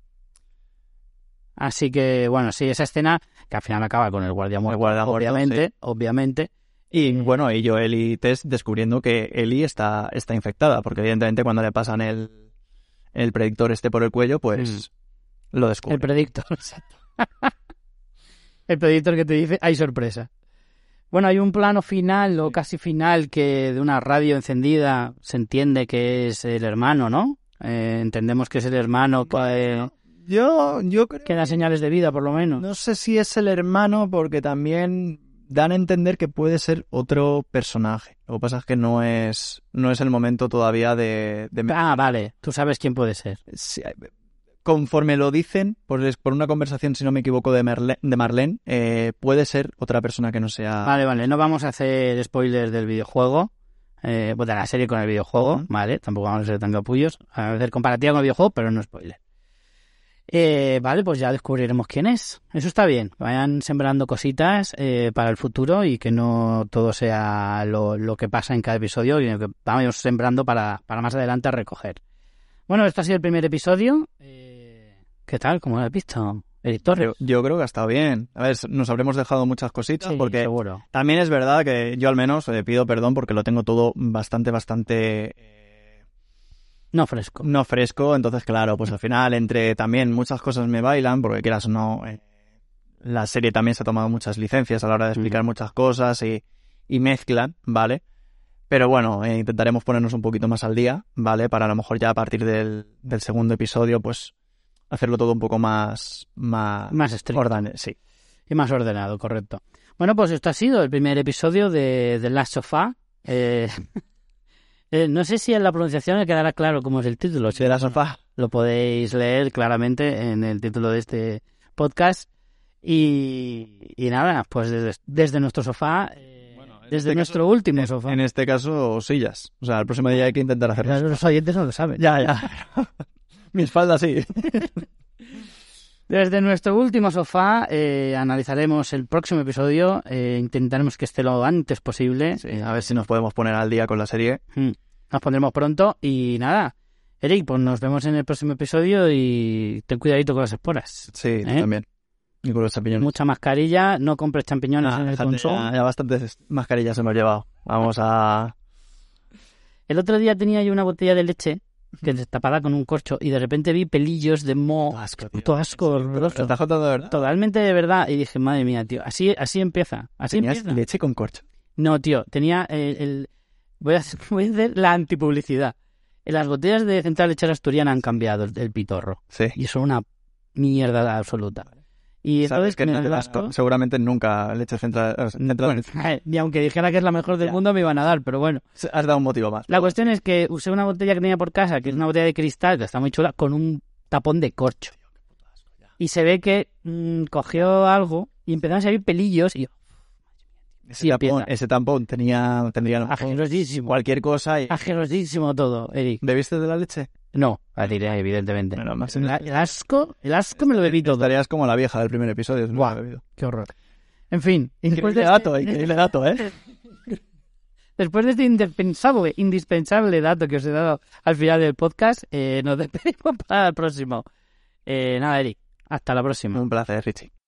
Así que, bueno, sí, esa escena que al final acaba con el guardia muerto, el guardia muerto, obviamente, sí. obviamente. Y bueno, y Joel y Tess descubriendo que Ellie está, está infectada, porque evidentemente cuando le pasan el, el predictor este por el cuello, pues mm. lo descubren. El predictor, exacto. El predictor que te dice, hay sorpresa. Bueno, hay un plano final o casi final que de una radio encendida se entiende que es el hermano, ¿no? Eh, entendemos que es el hermano que, yo, yo creo que da señales de vida, por lo menos. No sé si es el hermano porque también dan a entender que puede ser otro personaje. Lo que pasa es que no es no es el momento todavía de... de... Ah, vale. Tú sabes quién puede ser. Sí, conforme lo dicen, por, por una conversación, si no me equivoco, de, Merle, de Marlene, eh, puede ser otra persona que no sea... Vale, vale. No vamos a hacer spoilers del videojuego. Eh, pues de la serie con el videojuego, uh-huh. Vale. Tampoco vamos a ser tan capullos. A hacer comparativa con el videojuego, pero no spoiler. Eh, vale, pues ya descubriremos quién es. Eso está bien. Vayan sembrando cositas eh, para el futuro y que no todo sea lo, lo que pasa en cada episodio, sino que vamos sembrando para, para más adelante a recoger. Bueno, este ha sido el primer episodio. Eh, ¿Qué tal? ¿Cómo lo has visto, Eric Torres? Yo, yo creo que ha estado bien. A ver, nos habremos dejado muchas cositas, sí, porque seguro. También es verdad que yo al menos eh, pido perdón porque lo tengo todo bastante, bastante... Eh, no fresco. No fresco, entonces claro, pues al final entre también muchas cosas me bailan, porque quieras o no, eh, la serie también se ha tomado muchas licencias a la hora de explicar mm. muchas cosas y, y mezclan, ¿vale? Pero bueno, eh, intentaremos ponernos un poquito más al día, ¿vale? Para a lo mejor ya a partir del, del segundo episodio, pues hacerlo todo un poco más... Más, más estricto. Orden, sí. Y más ordenado, correcto. Bueno, pues esto ha sido el primer episodio de The Last of Us. Eh, eh, no sé si en la pronunciación me quedará claro cómo es el título. Si The Last of Us. Lo podéis leer claramente en el título de este podcast. Y, y nada, pues desde, desde nuestro sofá... Eh, Desde este nuestro caso, último sofá. En este caso, sillas. O sea, el próximo día hay que intentar hacerlo. Claro, los oyentes no lo saben. Ya, ya. Mi espalda sí. Desde nuestro último sofá eh, analizaremos el próximo episodio. Eh, intentaremos que esté lo antes posible. Sí, a ver si nos podemos poner al día con la serie. Nos pondremos pronto. Y nada, Eric, pues nos vemos en el próximo episodio y ten cuidadito con las esporas. Sí, ¿eh? también. Y con los champiñones. Mucha mascarilla, no compres champiñones ah, en el console. Ya, ya bastantes mascarillas hemos llevado. Vamos a... El otro día tenía yo una botella de leche que destapada con un corcho y de repente vi pelillos de moho. Asco, puto asco horroroso. ¿Te estás contando de verdad? Totalmente de verdad. Y dije, madre mía, tío, así así empieza. Así ¿Tenías empieza. leche con corcho? No, tío, tenía el... el... Voy, a hacer, voy a hacer la antipublicidad. En las botellas de Central Lechera Asturiana han cambiado el, el pitorro. Sí. Y son una mierda absoluta. Y entonces que me no, asco. Seguramente nunca leche central, central. Bueno, ni aunque dijera que es la mejor del ya. mundo me iban a dar, pero bueno. Has dado un motivo más. La cuestión es que usé una botella que tenía por casa, que es una botella de cristal, que está muy chula, con un tapón de corcho. Y se ve que mmm, cogió algo y empezaron a salir pelillos y... Ese, sí, tampón, ese tampón tenía, tendría ajerosísimo. Cualquier cosa y... Ajerosísimo todo, Eric. ¿Bebiste de la leche? No, la tiré, evidentemente. Bueno, más el, el asco, el asco me lo bebí todo. Estarías como la vieja del primer episodio. Si Buah, bebido. Qué horror. En fin. Increíble dato, este... increíble dato, ¿eh? Después de este indispensable, indispensable dato que os he dado al final del podcast, eh, nos despedimos para el próximo. Eh, nada, Eric, hasta la próxima. Un placer, Richie.